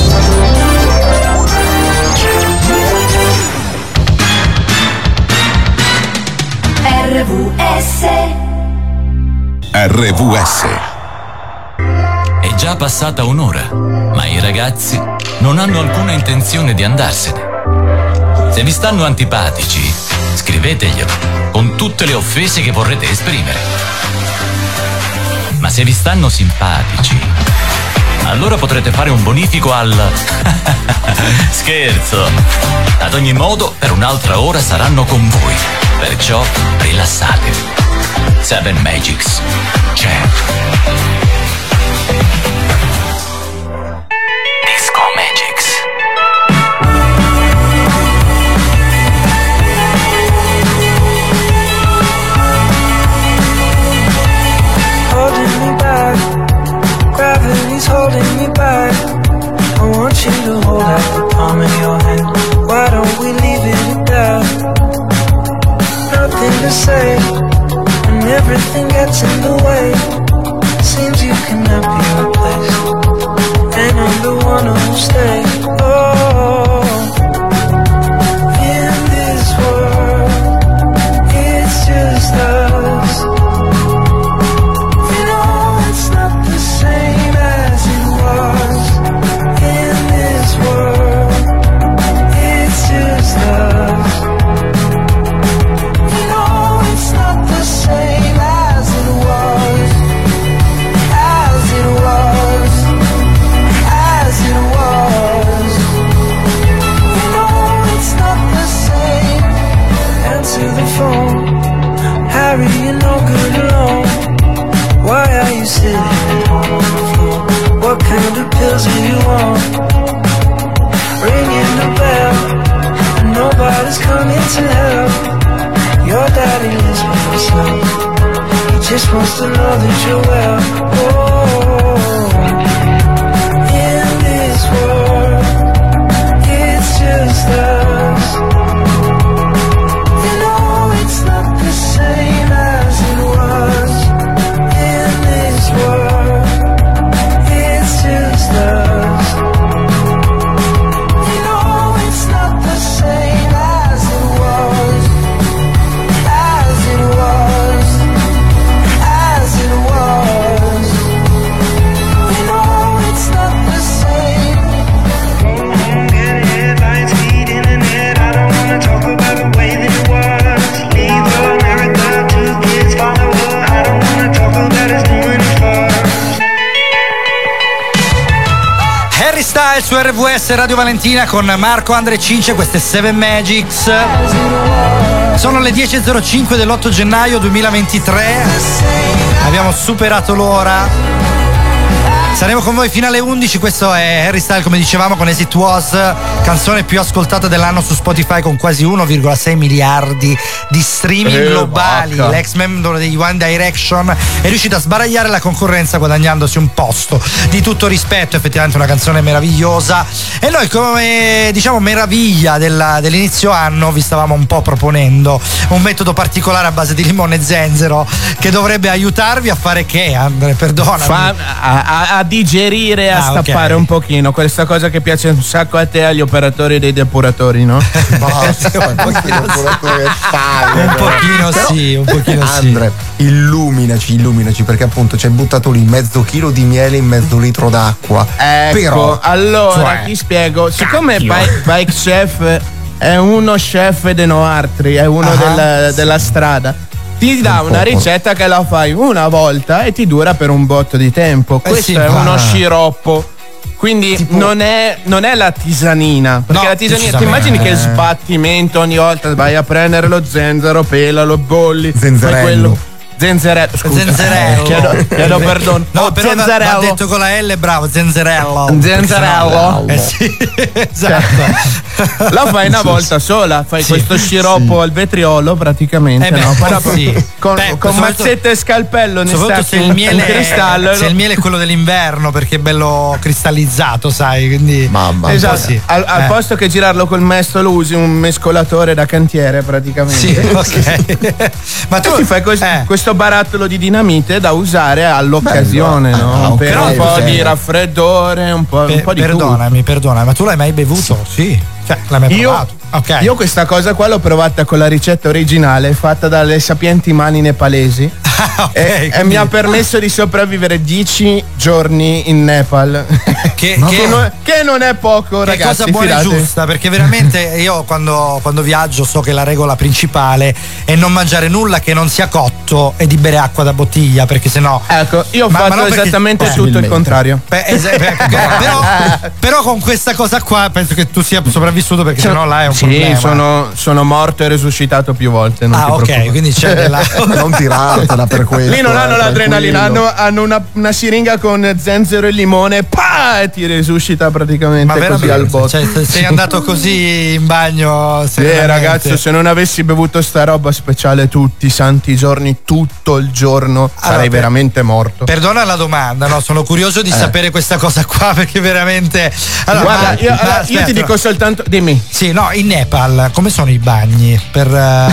RVS. È già passata un'ora, ma i ragazzi non hanno alcuna intenzione di andarsene. Se vi stanno antipatici, scriveteglielo con tutte le offese che vorrete esprimere. Ma se vi stanno simpatici, allora potrete fare un bonifico al... Scherzo! Ad ogni modo, per un'altra ora saranno con voi, perciò rilassatevi. 7 Magics c'è. Disco Magics. Gravity's holding me back. I want you to hold out the palm of your hand. Why don't we leave it at that? Nothing to say, and everything gets in the way. Seems you cannot be replaced, and I'm the one who'll stay. Oh, in this world, it's just us. Harry, you're no good alone. Why are you sitting at home on the floor? What kind of pills do you want? Ringing the bell, and nobody's coming to help. Your daddy lives with himself. He just wants to know that you're well. Oh, in this world, it's just us. It's not the same as it was. Harry Styles su RVS Radio Valentina con Marco, Andre e Cince, queste 7 Magics. Sono le 10.05 dell'8 gennaio 2023. Abbiamo superato l'ora. Saremo con voi fino alle 11, questo è Harry Styles, come dicevamo, con As It Was, canzone più ascoltata dell'anno su Spotify con quasi 1,6 miliardi di streaming globali. Vacca. L'ex membro degli One Direction è riuscito a sbaragliare la concorrenza guadagnandosi un posto. Di tutto rispetto, effettivamente una canzone meravigliosa. E noi come, diciamo, meraviglia dell'inizio anno vi stavamo un po' proponendo un metodo particolare a base di limone e zenzero che dovrebbe aiutarvi a fare che, Andre, perdonami. A digerire, a stappare un pochino questa cosa che piace un sacco a te, agli operatori dei depuratori, no? Un pochino sì, un pochino Andre, illuminaci, perché appunto ci hai buttato lì mezzo chilo di miele in mezzo litro d'acqua. Ecco, però, allora ti spiego, siccome Bike Chef è uno chef de Noartri, è uno della strada, ti dà una ricetta che la fai una volta e ti dura per un botto di tempo. Questo è uno sciroppo. Quindi tipo, non è la tisanina. Perché la tisanina, ti immagini che sbattimento ogni volta, vai a prendere lo zenzero, pelalo, bolli, zenzerello. Zenzerello, scusa. Zenzerello. Chiedo perdono. No, però va detto con la L, bravo, zenzerello. Zenzerello. Sì, esatto. La fai una volta sola, fai questo sciroppo al vetriolo praticamente, no? Con mazzetta e scalpello ne se il miele è quello dell'inverno perché è bello cristallizzato, sai, quindi mamma. Esatto, sì. Al posto che girarlo col mestolo usi un mescolatore da cantiere praticamente. Sì, ok. Ma tu ti fai questo barattolo di dinamite da usare all'occasione, no? Per un po' di raffreddore, un po' di Perdonami, ma tu l'hai mai bevuto? Sì. Cioè, l'hai mai provato? Okay. Io questa cosa qua l'ho provata con la ricetta originale fatta dalle sapienti mani nepalesi e mi ha permesso di sopravvivere 10 giorni in Nepal. Che non è poco, ragazzi. Che cosa buona e giusta, perché veramente io quando viaggio so che la regola principale è non mangiare nulla che non sia cotto e di bere acqua da bottiglia, perché sennò. Ecco, io ho fatto esattamente tutto il contrario. Però con questa cosa qua penso che tu sia sopravvissuto, perché sennò là è un problema. Sono morto e resuscitato più volte. Ok, quindi c'è della. Non tirartela per questo. Lì non hanno l'adrenalina, hanno una siringa con zenzero e limone, e ti resuscita praticamente così al botto. Cioè, sei andato così in bagno? Ragazzo, se non avessi bevuto sta roba speciale tutti i santi giorni, tutto il giorno, sarei veramente morto. Perdona la domanda, no? Sono curioso di sapere questa cosa qua, perché veramente. Allora, guarda, io ti dico soltanto. Dimmi. Sì, no, in Nepal come sono i bagni? Per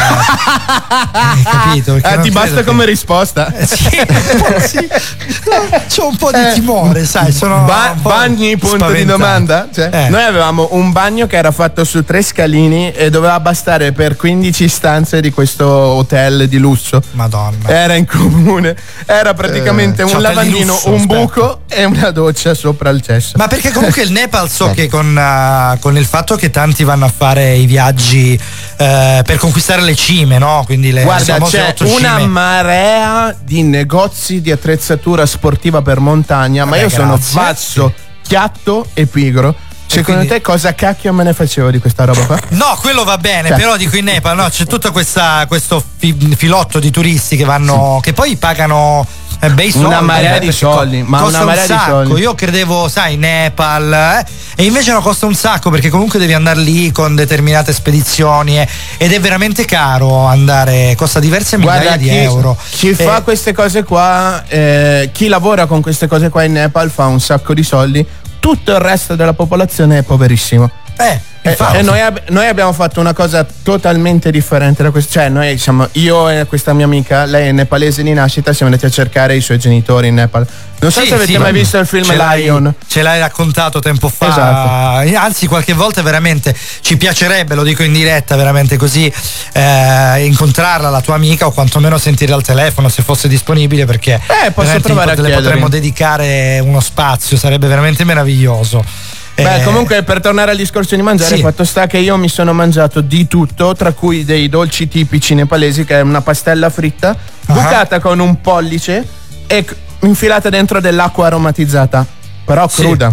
capito? Ti basta come risposta? Sì. C'ho un po' di timore, sai, sono bagni, punto spaventato. Di domanda? Cioè, noi avevamo un bagno che era fatto su 3 scalini e doveva bastare per 15 stanze di questo hotel di lusso. Madonna. Era in comune. Era praticamente un lavandino, un buco e una doccia sopra il cesso. Ma perché comunque il Nepal che con il fatto che tanti vanno a fare i viaggi per conquistare le cime, no? Quindi guarda, c'è una marea di negozi di attrezzatura sportiva per montagna, ma io sono basso, chiatto e pigro. Secondo te cosa cacchio me ne facevo di questa roba qua? No, quello va bene, però dico in Nepal, no, c'è tutto questo filotto di invece che vanno, che poi pagano bei soldi, una marea di soldi, ma una marea di soldi. Io credevo, sai, Nepal, e invece no, costa un sacco, perché comunque devi andare lì con determinate spedizioni ed è veramente caro andare, costa diverse migliaia di euro. Chi fa queste cose qua, chi lavora con queste cose qua in Nepal fa un sacco di soldi. Tutto il resto della popolazione è poverissimo. E noi abbiamo fatto una cosa totalmente differente da questo. Cioè, noi siamo, io e questa mia amica, lei è nepalese di nascita, siamo andati a cercare i suoi genitori in Nepal. Non so se avete mai visto il film Lion. Ce l'hai raccontato tempo fa. Esatto. Anzi, qualche volta veramente ci piacerebbe, lo dico in diretta, veramente così, incontrarla, la tua amica, o quantomeno sentire al telefono se fosse disponibile, perché posso provare le potremmo dedicare uno spazio, sarebbe veramente meraviglioso. Comunque, per tornare al discorso di mangiare, il fatto sta che io mi sono mangiato di tutto, tra cui dei dolci tipici nepalesi, che è una pastella fritta bucata con un pollice e infilata dentro dell'acqua aromatizzata, però cruda.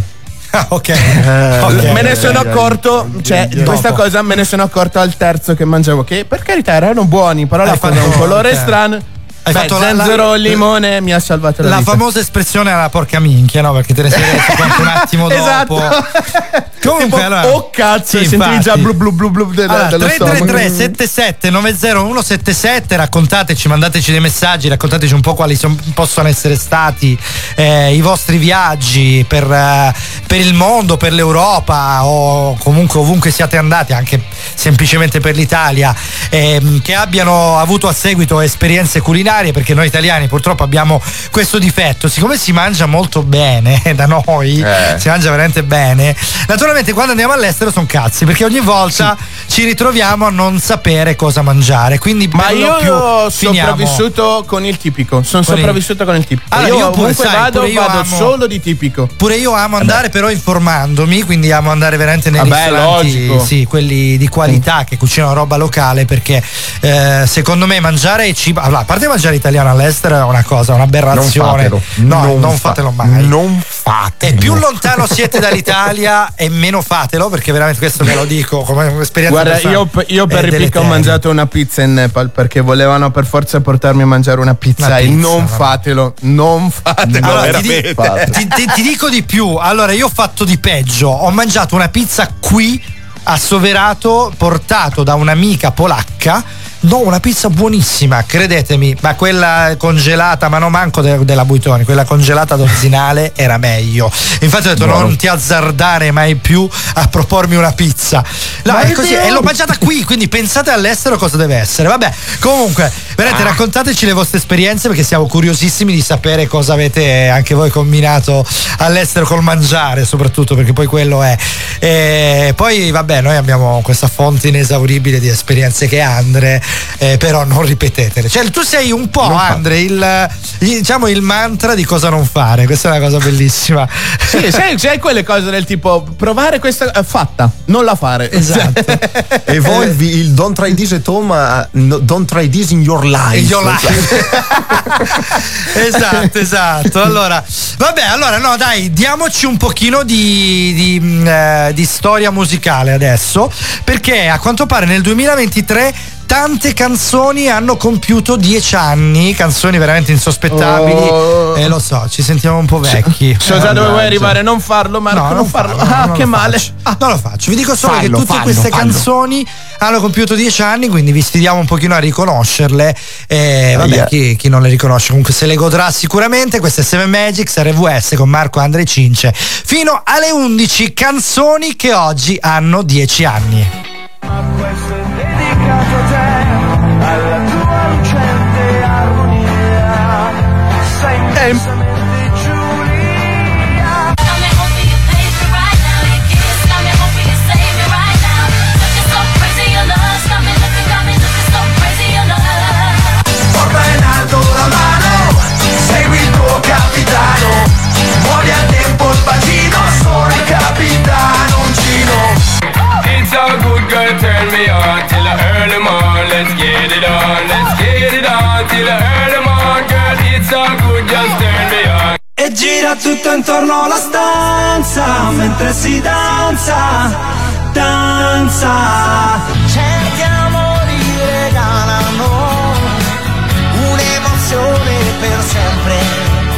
Ok. Me ne sono accorto, questa cosa me ne sono accorto al terzo che mangiavo, che per carità erano buoni, però la fanno un colore strano. Hai fatto zenzero, limone, mi ha salvato la vita. famosa espressione alla porca minchia, no? Perché te ne sei reso conto un attimo dopo. Esatto. Comunque, allora, oh cazzo, sentivi già blu blu blu blu dello 333 77 90 177, raccontateci, mandateci dei messaggi, raccontateci un po' quali possono essere stati i vostri viaggi per il mondo, per l'Europa o comunque ovunque siate andati, anche semplicemente per l'Italia, che abbiano avuto a seguito esperienze culinarie, perché noi italiani purtroppo abbiamo questo difetto, siccome si mangia molto bene da noi, si mangia veramente bene, naturalmente quando andiamo all'estero sono cazzi, perché ogni volta ci ritroviamo a non sapere cosa mangiare, quindi ma io ho sopravvissuto con il tipico, allora, io pure, ovunque vado solo di tipico. Pure io amo andare però informandomi, quindi amo andare veramente nei ristoranti, sì, quelli di qualità che cucinano roba locale, perché secondo me mangiare cibo, allora, a parte mangiare italiano all'estero è una cosa, un'aberrazione. Non fatelo mai. Non fatelo. E più lontano siete dall'Italia e meno fatelo, perché veramente questo ve lo dico come esperienza. Guarda, io per ripicca ho mangiato una pizza in Nepal perché volevano per forza portarmi a mangiare una pizza e non fatelo. Allora, ti dico di più. Allora, io ho fatto di peggio. Ho mangiato una pizza qui a Soverato, portato da un'amica polacca. No, una pizza buonissima, credetemi, ma quella congelata, ma non manco della Buitoni, quella congelata d'Orzinale era meglio. Infatti ho detto non ti azzardare mai più a propormi una pizza. No, è così, e l'ho mangiata qui, quindi pensate all'estero cosa deve essere. Vabbè, comunque, veramente raccontateci le vostre esperienze, perché siamo curiosissimi di sapere cosa avete anche voi combinato all'estero col mangiare, soprattutto perché poi quello è. E poi vabbè, noi abbiamo questa fonte inesauribile di esperienze che è Andre. Però non ripetetele, cioè tu sei un po' Andre il mantra di cosa non fare, questa è una cosa bellissima. Sì, sai quelle cose del tipo provare questa fatta, non la fare. Esatto. Evolvi il don't try this at home, don't try this in your life. Esatto. Allora, vabbè, no, dai, diamoci un pochino di storia musicale adesso, perché a quanto pare nel 2023 tante canzoni hanno compiuto 10 anni, canzoni veramente insospettabili. Lo so, ci sentiamo un po' vecchi. So già dove vuoi arrivare, non farlo, Marco, non farlo. Che male. Non lo faccio. Vi dico solo che tutte queste canzoni hanno compiuto 10 anni, quindi vi sfidiamo un pochino a riconoscerle. Vabbè, chi non le riconosce comunque se le godrà sicuramente. Questa è Seven Magics, RVS con Marco, Andre e Cince. Fino alle 11 canzoni che oggi hanno 10 anni. Questo è dedicato a te, alla tua lucente armonia, sei immensamente Giulia. Porta in alto la mano, segui il tuo capitano, muovi a tempo il bacino, sono il capitaноncino. It's all good, girl, turn me on till the early morn. Let's get it on till the early morn, girl. It's all good, just turn me on. E gira tutto intorno alla stanza mentre si danza. Certi amori regalano un'emozione per sempre.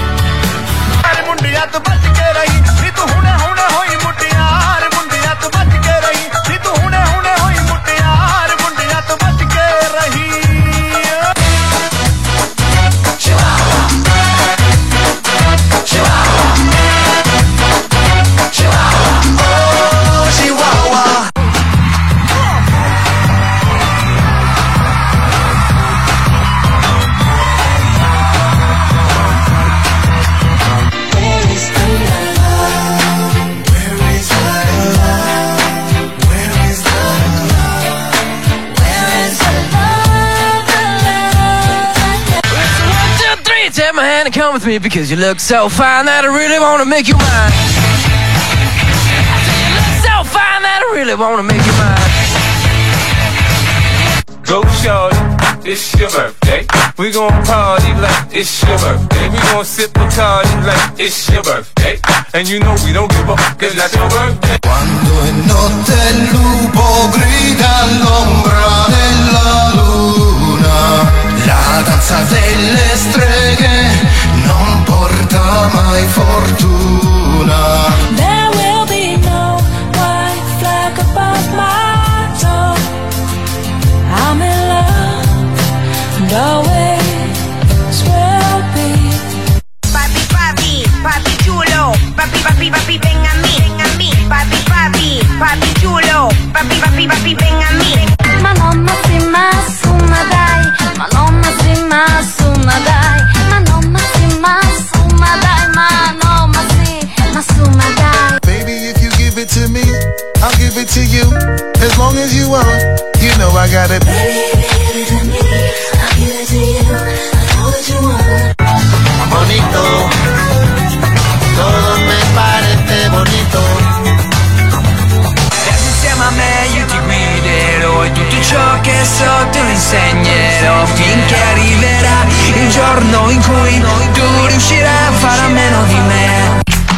Take my hand and come with me because you look so fine that I really wanna make you mine. You look so fine that I really wanna make you mine. Go short, it's your birthday. We gon' party like it's your birthday. We gon' sip Bacardi like it's your birthday. And you know we don't give up, cause that's your birthday. Quando è notte il lupo grida all'ombra della luna. La danza delle streghe non porta mai fortuna. There will be no white flag above my door. I'm in love, and always will be. Papi, papi, papi chulo. Papi, papi, papi, ven a mí, ven a mí. Papi, papi, papi chulo. Papi, papi, papi, ven a mí. Ma nonna si masuma dai, ma nonna si masuma dai, ma nonna si masuma dai, ma nonna si masuma dai. Baby, if you give it to me, I'll give it to you. As long as you want, you know I got it. Baby, if you give it to me, I'll give it to you. I know what you want. Bonito, todo me parece bonito. Insieme a me io ti guiderò e tutto ciò che so te lo insegnerò finché arriverà il giorno in cui tu riuscirai a fare a meno di me.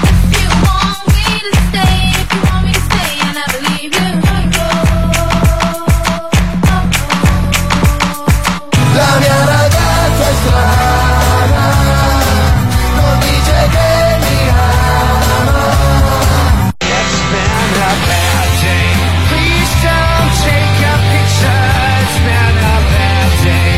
La mia ragazza è strana, non dice che mi ama. It's been a bad day. Please don't take a picture. It's been a bad day.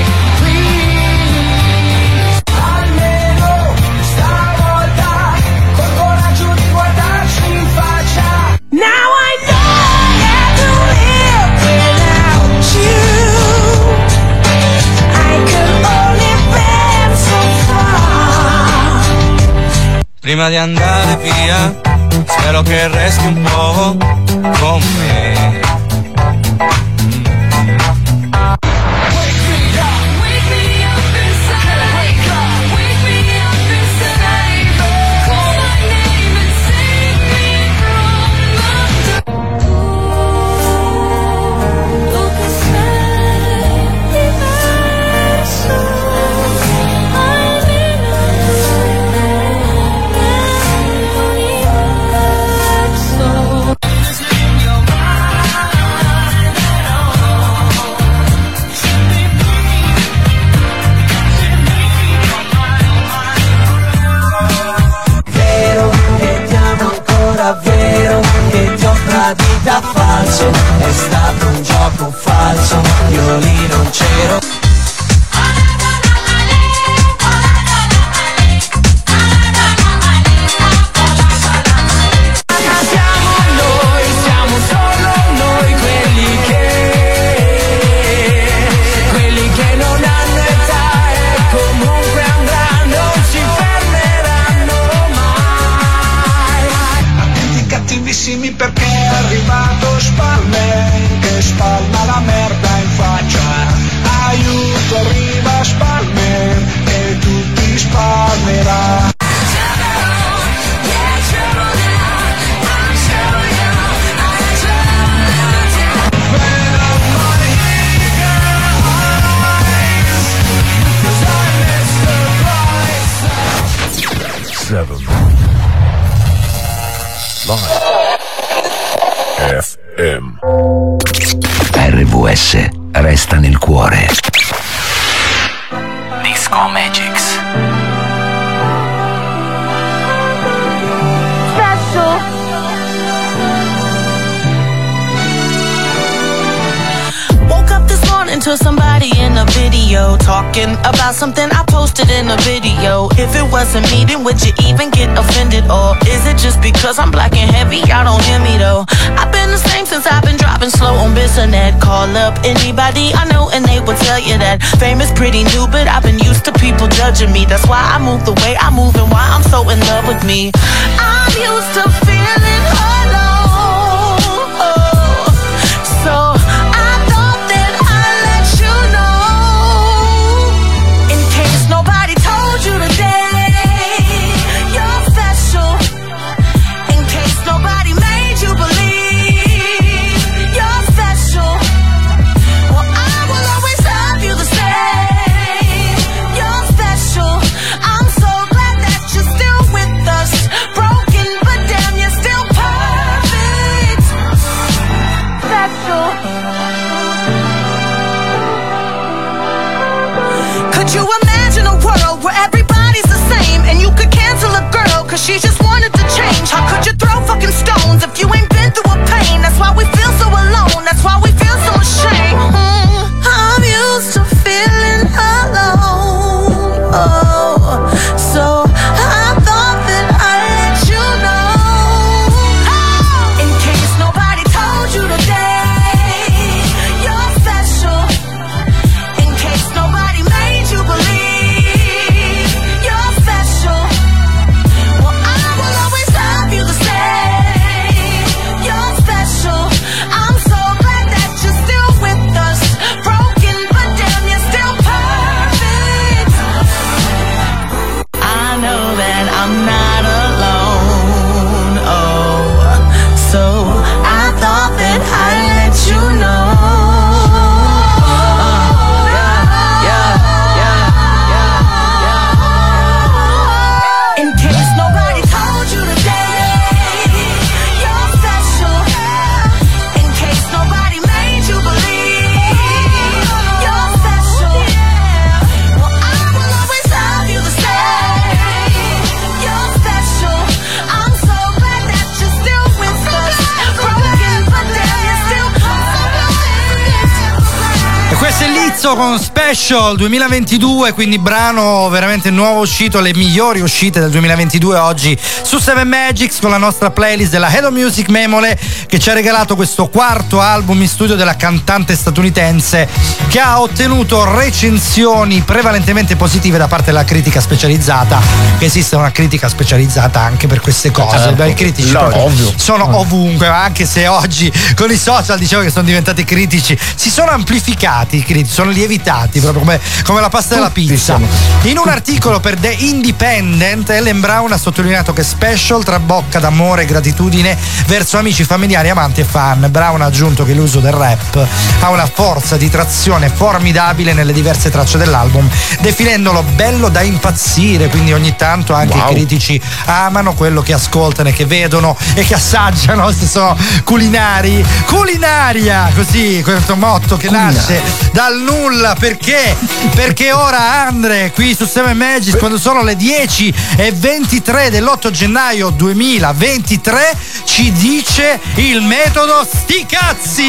Please. Almeno stavolta col coraggio di guardarci in faccia. Now I know how to live without you. I could only been so far. Prima di andare via, spero che resti un po' con me. Vero che ti ho tradita falso, è stato un gioco falso, io lì non c'ero. Siamo noi, siamo solo noi quelli che non hanno età e comunque andranno, non ci fermeranno mai. Cattivissimi perché è arrivato Spalman che spalma la merda in faccia. Aiuto, arriva Spalman e tutti spalmerà. FM. RVS resta nel cuore. Disco Magics. Special. Woke up this morning to somebody in a video talking about something I posted in a video. If it wasn't me, then would you even get offended? Or is it just because I'm black and heavy? Y'all don't hear me though. I've been the same since I've been driving slow on Bissonnet. Call up anybody I know and they will tell you that fame is pretty new, but I've been used to people judging me. That's why I move the way I move and why I'm so in love with me. I'm used to feeling alone, so I thought that I'd let you know, in case nobody told you today, you're special, in case nobody made you believe you're special. Well, I will always love you the same. she just wanted to change. How could you throw fucking stones if you ain't been through a pain? That's why we feel so alone, that's why we feel so ashamed. I'm used to feeling alone, oh, so I thought that I'd let you know. In case nobody told you today, you're special. In case nobody made you believe you're special. Well, I will always love you the same. You're special. I'm so glad that you're still with us. Broken, but damn, you're still perfect. I know that I'm not alone, oh, so I thought that I'd let you know. In case nobody told you today, you're special. In case nobody made you believe you're special. Well, I will always love you the same. You're special. I'm so glad that you're still with us. Broken, but damn, you're still perfect. E questo è Lizzo con Special 2022, quindi brano veramente nuovo uscito, le migliori uscite del 2022 oggi su 7 Magics con la nostra playlist della Hello Music Memole, che ci ha regalato questo quarto album in studio della cantante statunitense, che ha ottenuto recensioni prevalentemente positive da parte della critica specializzata, che esiste una critica specializzata anche per queste cose. I critici sono ovunque, anche se oggi con i social diciamo che sono diventati critici, si sono amplificati i critici, sono lievitati proprio come la pasta della pizza. In un articolo per The Independent, Ellen Brown ha sottolineato che Special trabocca d'amore e gratitudine verso amici, familiari, amanti e fan. Brown ha aggiunto che l'uso del rap ha una forza di trazione formidabile nelle diverse tracce dell'album, definendolo bello da impazzire, quindi ogni tanto anche i critici amano quello che ascoltano e che vedono e che assaggiano, se sono culinaria, così, questo motto che nasce dal nulla. Perché ora Andre qui su 7 Magic, quando sono le 10:23 dell'8 gennaio 2023, ci dice il metodo sti cazzi.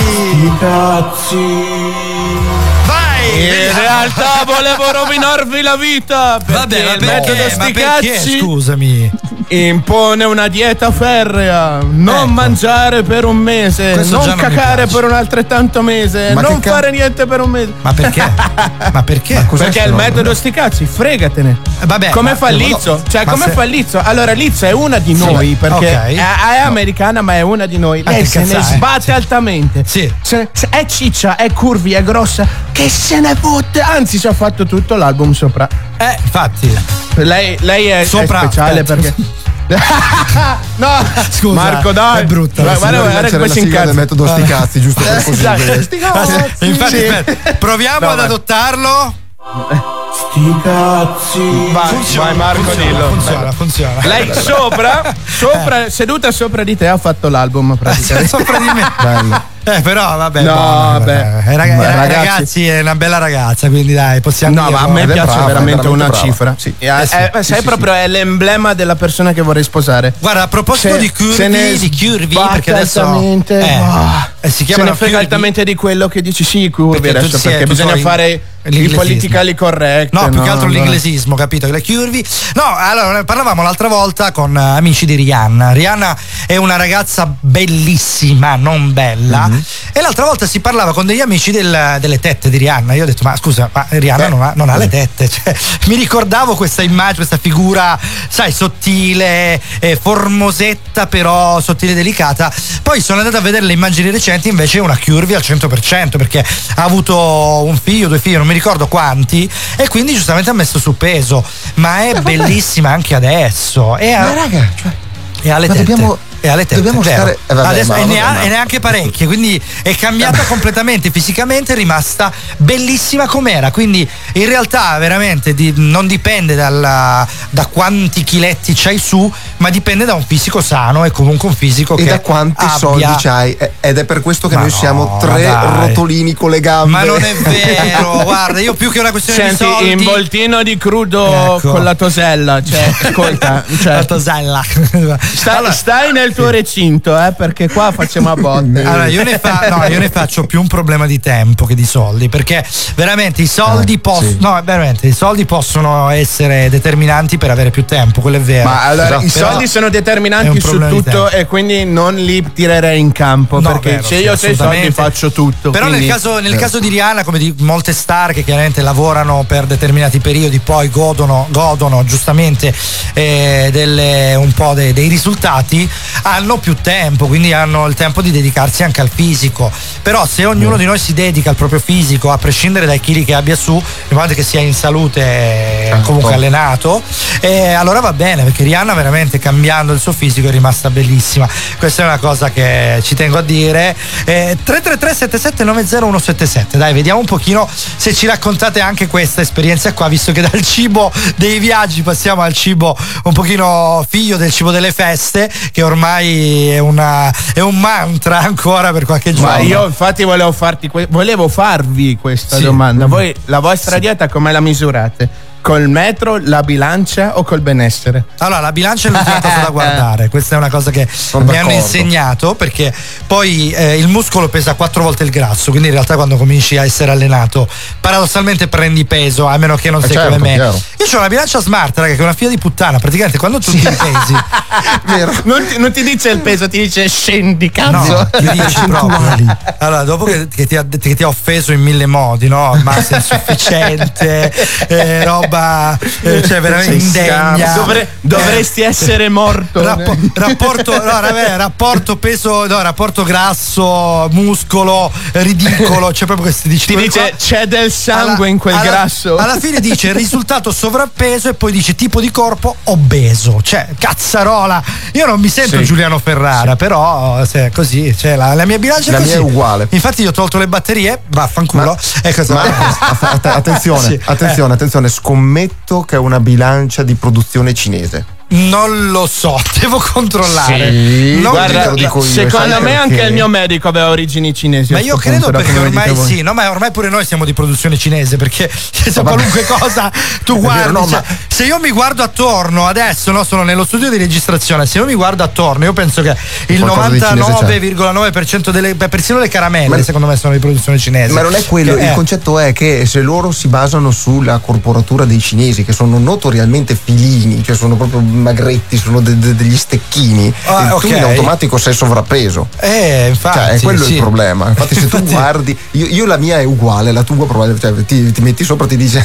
Vai! In realtà volevo rovinarvi la vita. Vabbè, il metodo sti cazzi, scusami, impone una dieta ferrea, non mangiare per un mese, questo non cacare per un altrettanto mese, non fare niente per un mese. Ma perché? Ma perché? Perché il metodo sti cazzi, fregatene. Vabbè, come fa Lizzo? Cioè, come fa Lizzo? Allora, Lizzo è una di noi, perché è americana, ma è una di noi. Lei se ne sbatte altamente. Sì. È ciccia, è curvi, è grossa. Che se ne fotte. Anzi, ci ha fatto tutto l'album sopra. Infatti. Lei è speciale perché. No, scusa, Marco, dai, è brutta. Guarda come si incazza del metodo sti cazzi, giusto per così. Infatti, proviamo ad adottarlo. Sti cazzi. Vai Marco, dillo. Funziona. Lei sopra, seduta sopra di te ha fatto l'album praticamente. Sopra di me. Bello. Però vabbè, no, vabbè. Ragazzi, è una bella ragazza, quindi dai, possiamo dire. No, ma a me piace brava, veramente una brava. cifra. Sì. Sai, proprio è l'emblema della persona che vorrei sposare. Guarda, a proposito di curvi, perché adesso si chiama, se ne frega altamente di quello che dici sì, curvi adesso, perché bisogna fare il politically correct. No, più che altro l'inglesismo, capito? Le curvi. No, allora parlavamo l'altra volta con amici di Rihanna. Rihanna è una ragazza bellissima, non bella. E l'altra volta si parlava con degli amici delle tette di Rihanna. Io ho detto, ma scusa, ma Rihanna non ha le tette. Cioè, mi ricordavo questa immagine, questa figura, sai, sottile, formosetta, però sottile e delicata. Poi sono andato a vedere le immagini recenti, invece è una curvy al 100%, perché ha avuto un figlio, 2 figli, non mi ricordo quanti, e quindi giustamente ha messo su peso. Ma è bellissima anche adesso. Ma raga, cioè, e ha le tette. E alle tette, dobbiamo stare adesso e neanche parecchie, quindi è cambiata completamente fisicamente, è rimasta bellissima com'era, quindi in realtà veramente non dipende da quanti chiletti c'hai su, ma dipende da un fisico sano e comunque un fisico che da quanti soldi c'hai, ed è per questo che noi siamo rotolini con le gambe. Ma non è vero, guarda, io più che una questione di soldi, involtino di crudo con la tosella, cioè ascolta, la tosella. Stai nel tuo recinto, perché qua facciamo a botte. Allora io ne faccio più un problema di tempo che di soldi, perché veramente i soldi i soldi possono essere determinanti per avere più tempo, quello è vero. Ma allora i soldi sono determinanti su tutto, e quindi non li tirerei in campo, perché se io ho 6 soldi faccio tutto. Però quindi, nel caso di Rihanna, come di molte star che chiaramente lavorano per determinati periodi, poi godono giustamente un po' dei risultati, hanno più tempo, quindi hanno il tempo di dedicarsi anche al fisico. Però se ognuno di noi si dedica al proprio fisico, a prescindere dai chili che abbia su, in modo che sia in salute, comunque allenato, allora va bene, perché Rihanna veramente, cambiando il suo fisico, è rimasta bellissima. Questa è una cosa che ci tengo a dire. 333 7790 177, dai, vediamo un pochino se ci raccontate anche questa esperienza qua, visto che dal cibo dei viaggi passiamo al cibo un pochino figlio del cibo delle feste, che ormai è un mantra ancora per qualche giorno. Ma io infatti volevo farvi questa domanda. Voi la vostra dieta come la misurate? Col metro, la bilancia o col benessere? Allora, la bilancia è l'ultima cosa da guardare, questa è una cosa che mi hanno insegnato, perché poi il muscolo pesa 4 volte il grasso, quindi in realtà quando cominci a essere allenato paradossalmente prendi peso, a meno che non sei come me. Chiaro. Io ho una bilancia smart, raga, che è una figlia di puttana, praticamente quando tu ti pesi vero. Non ti dice il peso, ti dice scendi, cazzo. No, ti dice proprio. Allora, dopo che ti ha offeso in 1000 modi, no? Massa insufficiente, roba cioè veramente indegna. Dovresti essere morto. Rapporto peso, rapporto grasso, muscolo, ridicolo, cioè proprio questi ti dice c'è del sangue in quel grasso. Alla fine dice risultato sovrappeso e poi dice tipo di corpo obeso, cioè cazzarola. Io non mi sento Giuliano Ferrara, però se così, cioè la mia bilancia la è così. Mia è uguale. Infatti io ho tolto le batterie, vaffanculo. Attenzione, scommetto che è una bilancia di produzione cinese. Non lo so, devo controllare. Sì, non guarda, secondo me anche il mio medico aveva origini cinesi. Ma io credo perché ormai sì, no, ma ormai pure noi siamo di produzione cinese, perché qualunque cosa tu guardi, vero, se io mi guardo attorno adesso, no, sono nello studio di registrazione, se io mi guardo attorno, io penso che il 99,9% delle, persino le caramelle, secondo me sono di produzione cinese. Ma non è quello, il concetto è che se loro si basano sulla corporatura dei cinesi, che sono notoriamente filini, cioè sono proprio magretti, sono degli stecchini, tu in automatico sei sovrappeso. Infatti, cioè, è quello il problema. Infatti se tu guardi, io la mia è uguale, la tua probabilmente, cioè, ti metti sopra e ti dice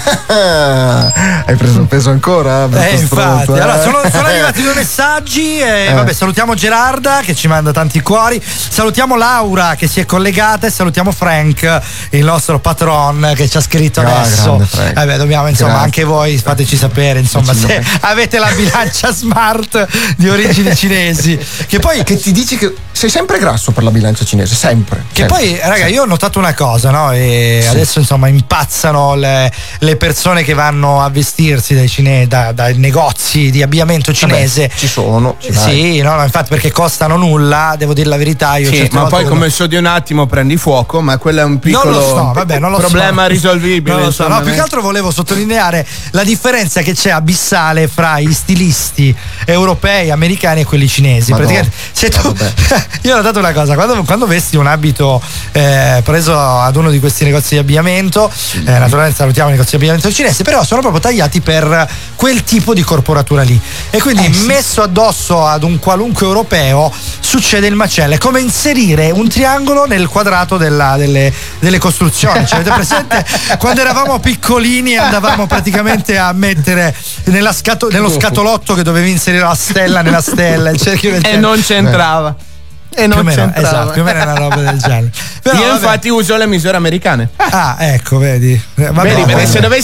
hai preso il peso ancora? Infatti, allora sono arrivati 2 messaggi, vabbè, salutiamo Gerarda che ci manda tanti cuori, salutiamo Laura che si è collegata e salutiamo Frank, il nostro patron, che ci ha scritto adesso. Dobbiamo, insomma, anche voi fateci sapere, insomma, se avete la bilancia smart di origini cinesi, che ti dici che sei sempre grasso per la bilancia cinese, sempre. Poi, raga, io ho notato una cosa, no? E adesso insomma impazzano le persone che vanno a vestirsi dai negozi di abbigliamento cinese. Ci sono. No, infatti, perché costano nulla, devo dire la verità. Io ma poi come so di un attimo prendi fuoco, ma quello è un piccolo problema risolvibile. Non lo so. No, più che altro volevo sottolineare la differenza che c'è abissale fra i stilisti europei, americani e quelli cinesi. Praticamente, io ho notato una cosa, quando vesti un abito preso ad uno di questi negozi di abbigliamento, naturalmente salutiamo i negozi di abbigliamento cinese, però sono proprio tagliati per quel tipo di corporatura lì, e quindi messo addosso ad un qualunque europeo succede il macello. È come inserire un triangolo nel quadrato delle costruzioni. Cioè, avete presente quando eravamo piccolini e andavamo praticamente a mettere nello scatolotto che dovevi inserire la stella nella stella, il cerchio del e non c'entrava. E non c'entrava. Esatto, più o meno è una roba del genere. Però, io infatti uso le misure americane. Ecco, vedi. Vedi, se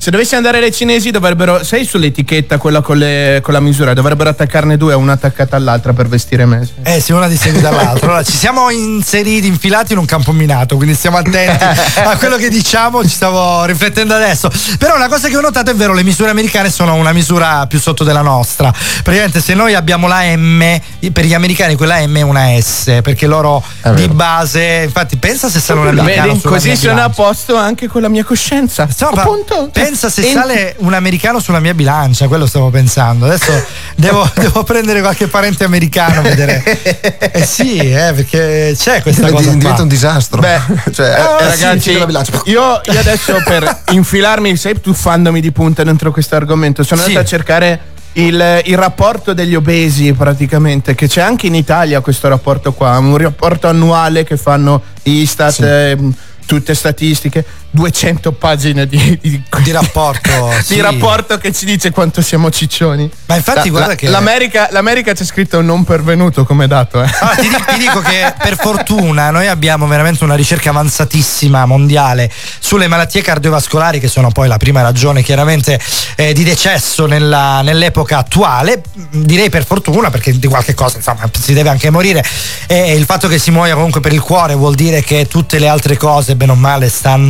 se dovessi andare dai cinesi dovrebbero, sai sull'etichetta quella con la misura, dovrebbero attaccarne due, una attaccata all'altra per vestire me. Sì, una di seguito all'altra. Allora, ci siamo infilati in un campo minato, quindi stiamo attenti a quello che diciamo, ci stavo riflettendo adesso. Però una cosa che ho notato è vero, le misure americane sono una misura più sotto della nostra. Praticamente se noi abbiamo la M, per gli americani quella M è una S, perché loro di base, infatti pensa se sale un americano così sono a posto anche con la mia coscienza. Appunto. Pensa se sale un americano sulla mia bilancia, quello stavo pensando. Adesso devo prendere qualche parente americano a vedere. Sì, perché c'è questa cosa qua. Diventa un disastro. Ragazzi, io adesso per infilarmi, sai, tuffandomi di punta dentro questo argomento, sono andato a cercare il rapporto degli obesi, praticamente, che c'è anche in Italia questo rapporto qua, un rapporto annuale che fanno Istat, tutte statistiche, 200 pagine di rapporto di rapporto che ci dice quanto siamo ciccioni. Ma infatti guarda che l'America c'è scritto non pervenuto come dato. Ti dico che per fortuna noi abbiamo veramente una ricerca avanzatissima mondiale sulle malattie cardiovascolari, che sono poi la prima ragione chiaramente di decesso nell'epoca attuale. Direi per fortuna, perché di qualche cosa insomma si deve anche morire, e il fatto che si muoia comunque per il cuore vuol dire che tutte le altre cose bene o male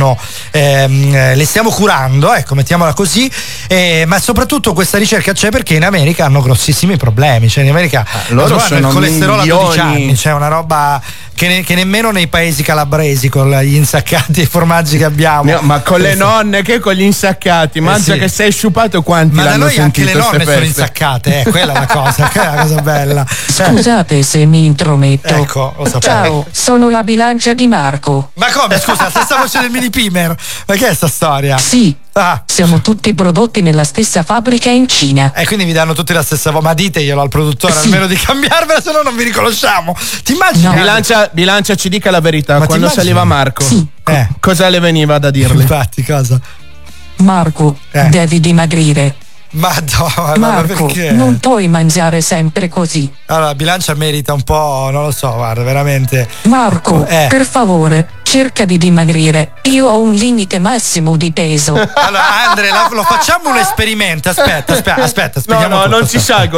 le stiamo curando, ecco, mettiamola così, ma soprattutto questa ricerca c'è perché in America hanno grossissimi problemi, cioè in America loro sono il colesterolo a 12 milioni. anni, c'è una roba che nemmeno nei paesi calabresi con gli insaccati e i formaggi che abbiamo. No, ma con le nonne che con gli insaccati, mangia che sei sciupato, quanti ma da l'hanno noi anche le sentito nonne sono insaccate, quella è la cosa, quella è la cosa bella. Scusate se mi intrometto. Ecco, lo sapevo. Ciao, sono la bilancia di Marco. Ma come, scusa, la stessa voce del mini pimer? Ma che è sta storia? Sì, siamo tutti prodotti nella stessa fabbrica in Cina. E quindi vi danno tutti la stessa voce, ma diteglielo al produttore almeno di cambiarvela, se no non vi riconosciamo. Ti immagini? No. Bilancia ci dica la verità, ma quando saliva Marco, cosa le veniva da dirle? Infatti, cosa? Marco, devi dimagrire. Madonna, Marco, perché? non puoi mangiare sempre così. Allora, la bilancia merita un po', non lo so, guarda, veramente. Marco, per favore, cerca di dimagrire. Io ho un limite massimo di peso. Allora, Andre, lo facciamo un esperimento. Aspetta, No, non ci salgo.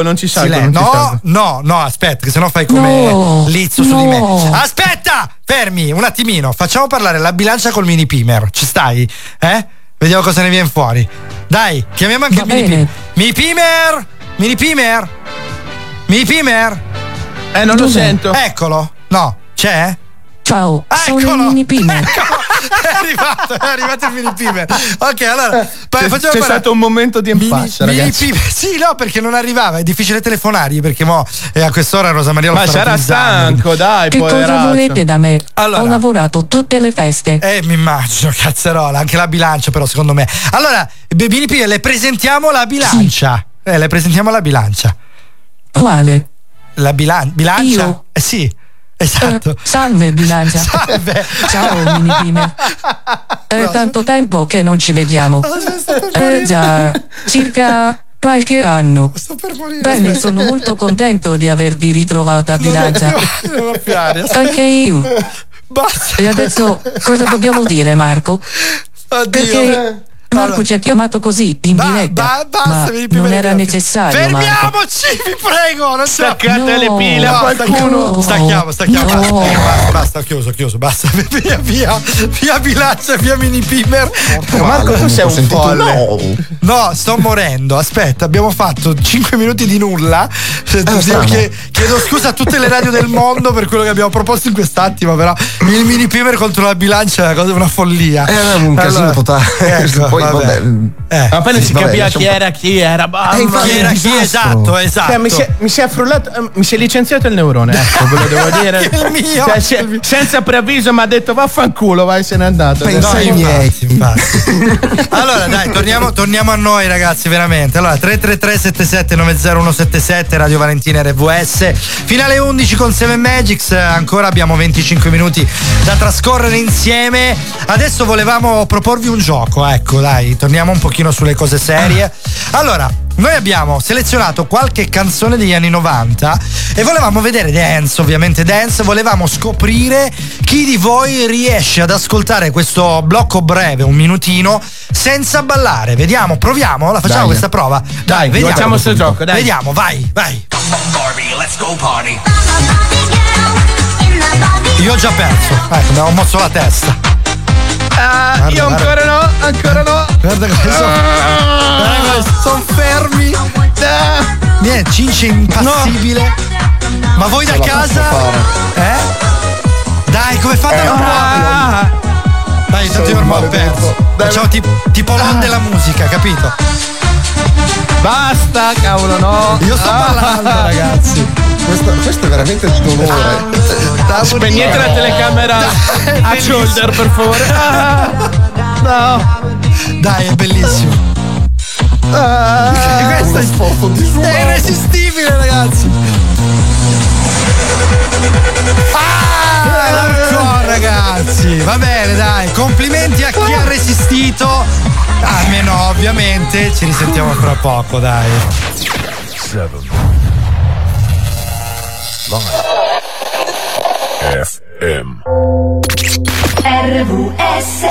No, aspetta, che sennò fai come Lizzo su di me. Aspetta, fermi, un attimino. Facciamo parlare la bilancia col mini pimer. Ci stai? Vediamo cosa ne viene fuori. Dai, chiamiamo anche il mini pimer. Mini pimer. Non lo sento. Eccolo. No, c'è? Ciao, sono il mini pimer. È arrivato il mini pimer. Ok, allora c'è stato un momento di impasse, ragazzi. Sì, no, perché non arrivava, è difficile telefonargli, perché a quest'ora Rosa Maria lo ma sarà stanco, dai. Che cosa volete da me? Allora, ho lavorato tutte le feste. Mi immagino, cazzarola, anche la bilancia però secondo me. Allora, mini pimer, le presentiamo la bilancia. Sì. Le presentiamo la bilancia. Quale? La bilancia? Io? Sì. Esatto. Salve bilancia. Salve. Ciao mini pimer. È tanto tempo che non ci vediamo. Già, circa qualche anno. Sto per morire. Bene, sono molto contento di avervi ritrovata bilancia. Anche io. Basta. E adesso cosa dobbiamo dire, Marco? Oddio. Perché Marco ci ha chiamato così in diretta, ma non era necessario. Fermiamoci, vi prego, non staccate le pile a qualcuno. Stacchiamo. Basta, ho chiuso, basta. Via bilancia, via mini pimer. Marco, tu sei un folle. No, sto morendo. Aspetta, abbiamo fatto 5 minuti di nulla. Chiedo scusa a tutte le radio del mondo per quello che abbiamo proposto in quest'attimo, però il mini pimer contro la bilancia è una follia. È un casino totale. Poi ma poi non si capiva chi era. Chi era chi, esatto. Mi si è frullato, mi si è licenziato il neurone, ecco, ve lo devo dire. Il mio. Senza preavviso mi ha detto vaffanculo, vai, se n'è andato. Allora dai, torniamo a noi, ragazzi, veramente. Allora 333 77 90177 Radio Valentina RVS, finale 11 con 7 Magics. Ancora abbiamo 25 minuti da trascorrere insieme. Adesso volevamo proporvi un gioco, ecco, dai, torniamo un pochino sulle cose serie. Allora, noi abbiamo selezionato qualche canzone degli anni 90 e volevamo vedere dance, ovviamente dance, volevamo scoprire chi di voi riesce ad ascoltare questo blocco breve, un minutino, senza ballare. Vediamo, proviamo, la facciamo questa prova? Dai, vediamo. Facciamo sto gioco, dai. Vediamo, vai. Come on Barbie, let's go party. Io ho già perso, ecco, mi ho mosso la testa. Guarda, io ancora no. Guarda come sono fermi. Niente, Cince impassibile. No. Ma voi da casa? Dai, come fate a muoverlo? Dai, tanto io ormai ho perso. Facciamo tipo l'on della musica, capito? Basta, cavolo, no. Io sto ballando, ragazzi. Questo è veramente dolore. Spegnete la telecamera a shoulder, per favore. No. Dai, è bellissimo. Questo è irresistibile, ragazzi. Ragazzi, va bene, dai, complimenti a chi ha resistito. Almeno, ovviamente, ci risentiamo fra poco, dai. 7 FM RVS.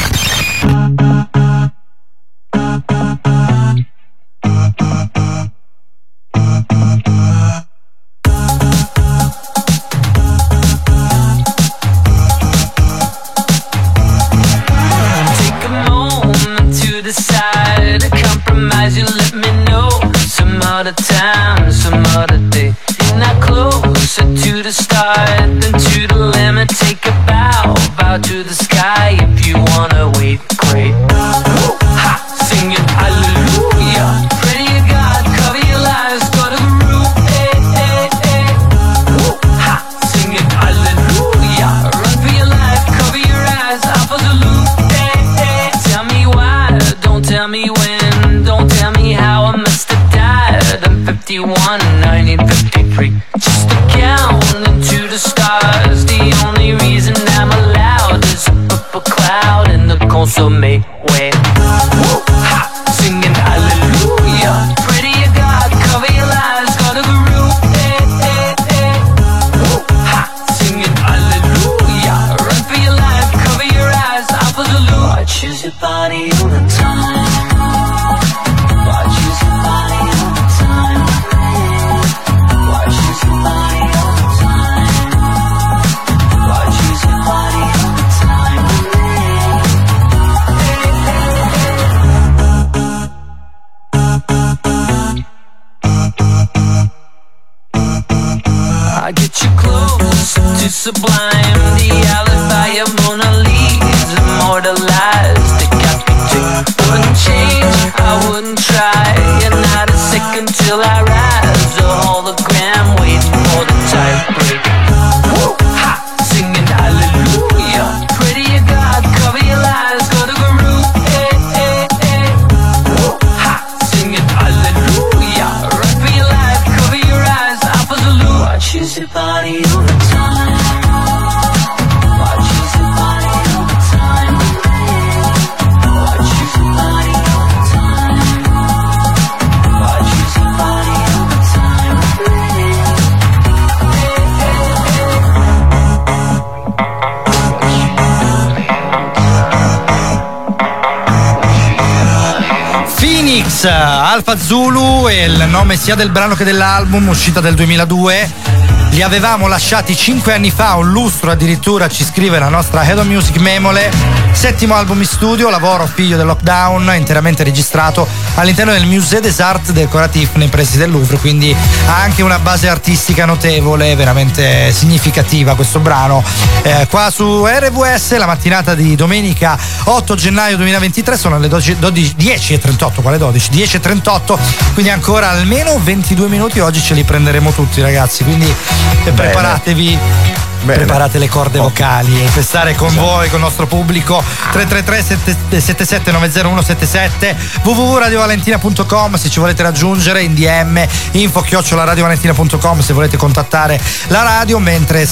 Compromise, you let me know some other time, some other day. You're not closer to the start than to the limit. Take a bow to the sky if you wanna wait. Great, ha, singing hallelujah. Pray to God, cover your lies, go to the roof. Hey, hey, hey. Ha, singing hallelujah. Run for your life, cover your eyes, off of the loop. Hey, hey. Tell me why, don't tell me when. Don't tell me how I must have died. I'm 51, 1953. Just a count into the stars. The only reason I'm allowed is up a cloud in the consommé way. Ha! Singing hallelujah. Pray to your God, cover your lies, go to the roof. Hey, hey, hey. Ha! Singing hallelujah. Run for your life, cover your eyes, off of the loop. I choose your body all the time. I get you close to sublime. The alibi of Mona Lisa immortalized. Decapitate. Wouldn't change, I wouldn't try. And not a second till I rise. A hologram waiting for the tight break. Ha! Singing hallelujah. Pray to your God, cover your lies, go to the roof. Hey, hey, hey. Ha! Singing hallelujah. Run for your life, cover your eyes, off of the loop. I choose your body all the time. I choose your body all the time. I choose your body all the time. I choose your body all the time. Phoenix, Alpha Zulu è il nome sia del brano che dell'album, uscita del 2002. Li avevamo lasciati 5 anni fa, un lustro addirittura, ci scrive la nostra Head of Music Memole. 7° album in studio, lavoro figlio del lockdown, interamente registrato all'interno del Musée des Arts Décoratifs nei pressi del Louvre, quindi ha anche una base artistica notevole, veramente significativa questo brano. Qua su RVS, la mattinata di domenica 8 gennaio 2023, sono le 10:38, quale 12? 10:38, quindi ancora almeno 22 minuti oggi ce li prenderemo tutti, ragazzi, quindi preparatevi. preparate le corde vocali per stare con voi, con il nostro pubblico. 333 77 90 177 www.radiovalentina.com se ci volete raggiungere, in DM info@radiovalentina.com se volete contattare la radio, mentre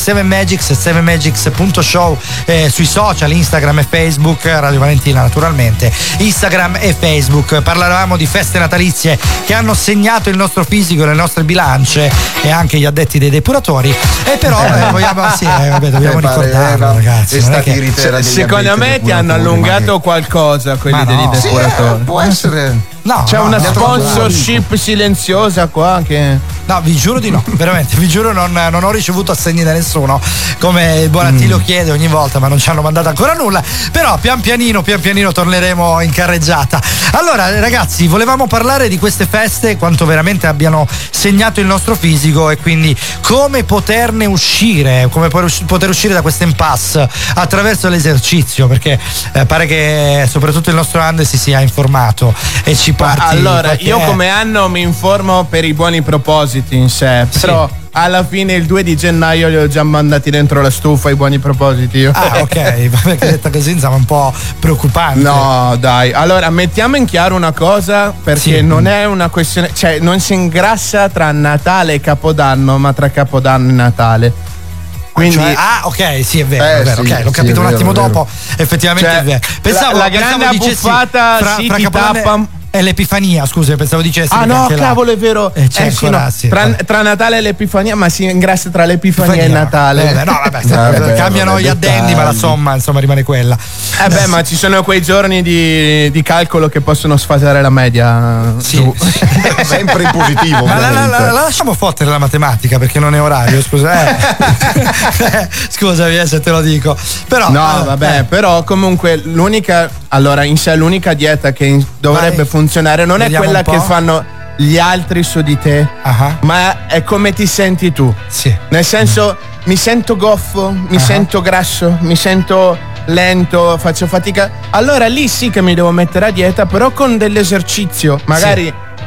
7magics.show sui social, Instagram e Facebook, Radio Valentina naturalmente, Instagram e Facebook. Parlavamo di feste natalizie che hanno segnato il nostro fisico, le nostre bilance e anche gli addetti dei depuratori, e però dobbiamo ricordarlo, ragazzi. Secondo me ti hanno allungato qualcosa quelli dei depuratori. Può essere. No, c'è una sponsorship silenziosa qua che. No, vi giuro di no, veramente, vi giuro non ho ricevuto assegni da nessuno, come il buon Attilio chiede ogni volta, ma non ci hanno mandato ancora nulla. Però pian pianino torneremo in carreggiata. Allora ragazzi, volevamo parlare di queste feste, quanto veramente abbiano segnato il nostro fisico e quindi come poterne uscire, come poter uscire da questo impasse attraverso l'esercizio, perché pare che soprattutto il nostro Ande si sia informato e ci parti. Allora, io come anno mi informo per i buoni propositi in sé, però alla fine il 2 di gennaio li ho già mandati dentro la stufa i buoni propositi io. Ah, ok, perché detta così insomma un po' preoccupante. No, dai, allora mettiamo in chiaro una cosa, perché non è una questione, cioè non si ingrassa tra Natale e Capodanno, ma tra Capodanno e Natale. Quindi, ok, sì, è vero, ok, l'ho capito un attimo dopo. Effettivamente è vero. Pensavo la grande abbuffata fra tappa. È l'Epifania, scusa, pensavo dicessi. Ah no, cavolo, è vero. Tra Natale e l'Epifania, ma si ingrassa tra l'Epifania e Natale. No, cambiano gli addendi, ma la somma insomma rimane quella. Ma ci sono quei giorni di calcolo che possono sfasare la media. Sempre in positivo. Ma la lasciamo fottere la matematica perché non è orario, scusa. Scusami se te lo dico. Però però comunque l'unica dieta che dovrebbe funzionare non è quella che fanno gli altri su di te, ma è come ti senti tu. Nel senso, mi sento goffo, mi sento grasso, mi sento lento, faccio fatica. Allora lì sì che mi devo mettere a dieta, però con dell'esercizio, magari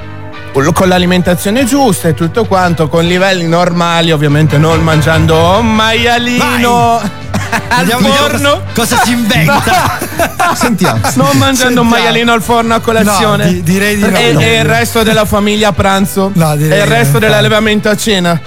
con l'alimentazione giusta e tutto quanto, con livelli normali, ovviamente non mangiando un maialino al forno. Cosa si inventa? Sentiamo. Non mangiando un maialino al forno a colazione. No, direi di no. E il resto della famiglia a pranzo. No, e il resto dell'allevamento a cena.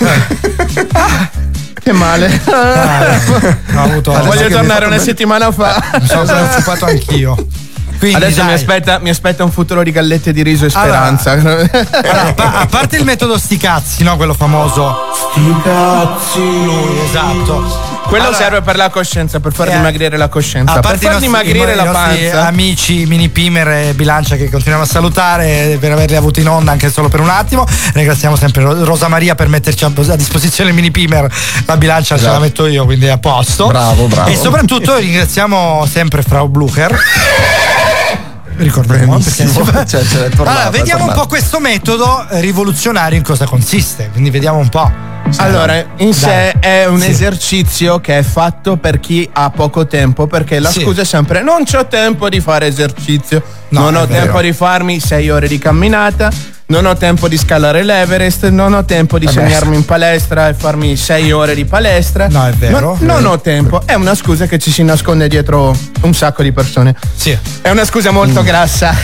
Che male. Voglio tornare una settimana fa. Mi sono preoccupato anch'io. Quindi, adesso mi aspetta un futuro di gallette di riso e speranza. A parte il metodo sti cazzi, no? Quello famoso. Sti cazzi. Esatto. Quello serve per la coscienza, per far dimagrire la coscienza, per far dimagrire la panza. Amici Mini Pimer e Bilancia che continuiamo a salutare per averli avuti in onda anche solo per un attimo. Ringraziamo sempre Rosa Maria per metterci a disposizione il Mini Pimer. La Bilancia ce la metto io, quindi è a posto. Bravo. E soprattutto ringraziamo sempre Frau Blucher. Ricordiamo allora, vediamo un po' questo metodo rivoluzionario in cosa consiste, quindi vediamo un po'. Allora, in sé è un esercizio che è fatto per chi ha poco tempo, perché la scusa è sempre: non c'ho tempo di fare esercizio, non ho tempo di farmi 6 ore di camminata, non ho tempo di scalare l'Everest, non ho tempo di segnarmi in palestra e farmi 6 ore di palestra. No, è vero. Non ho tempo. È una scusa che ci si nasconde dietro un sacco di persone. Sì. È una scusa molto grassa.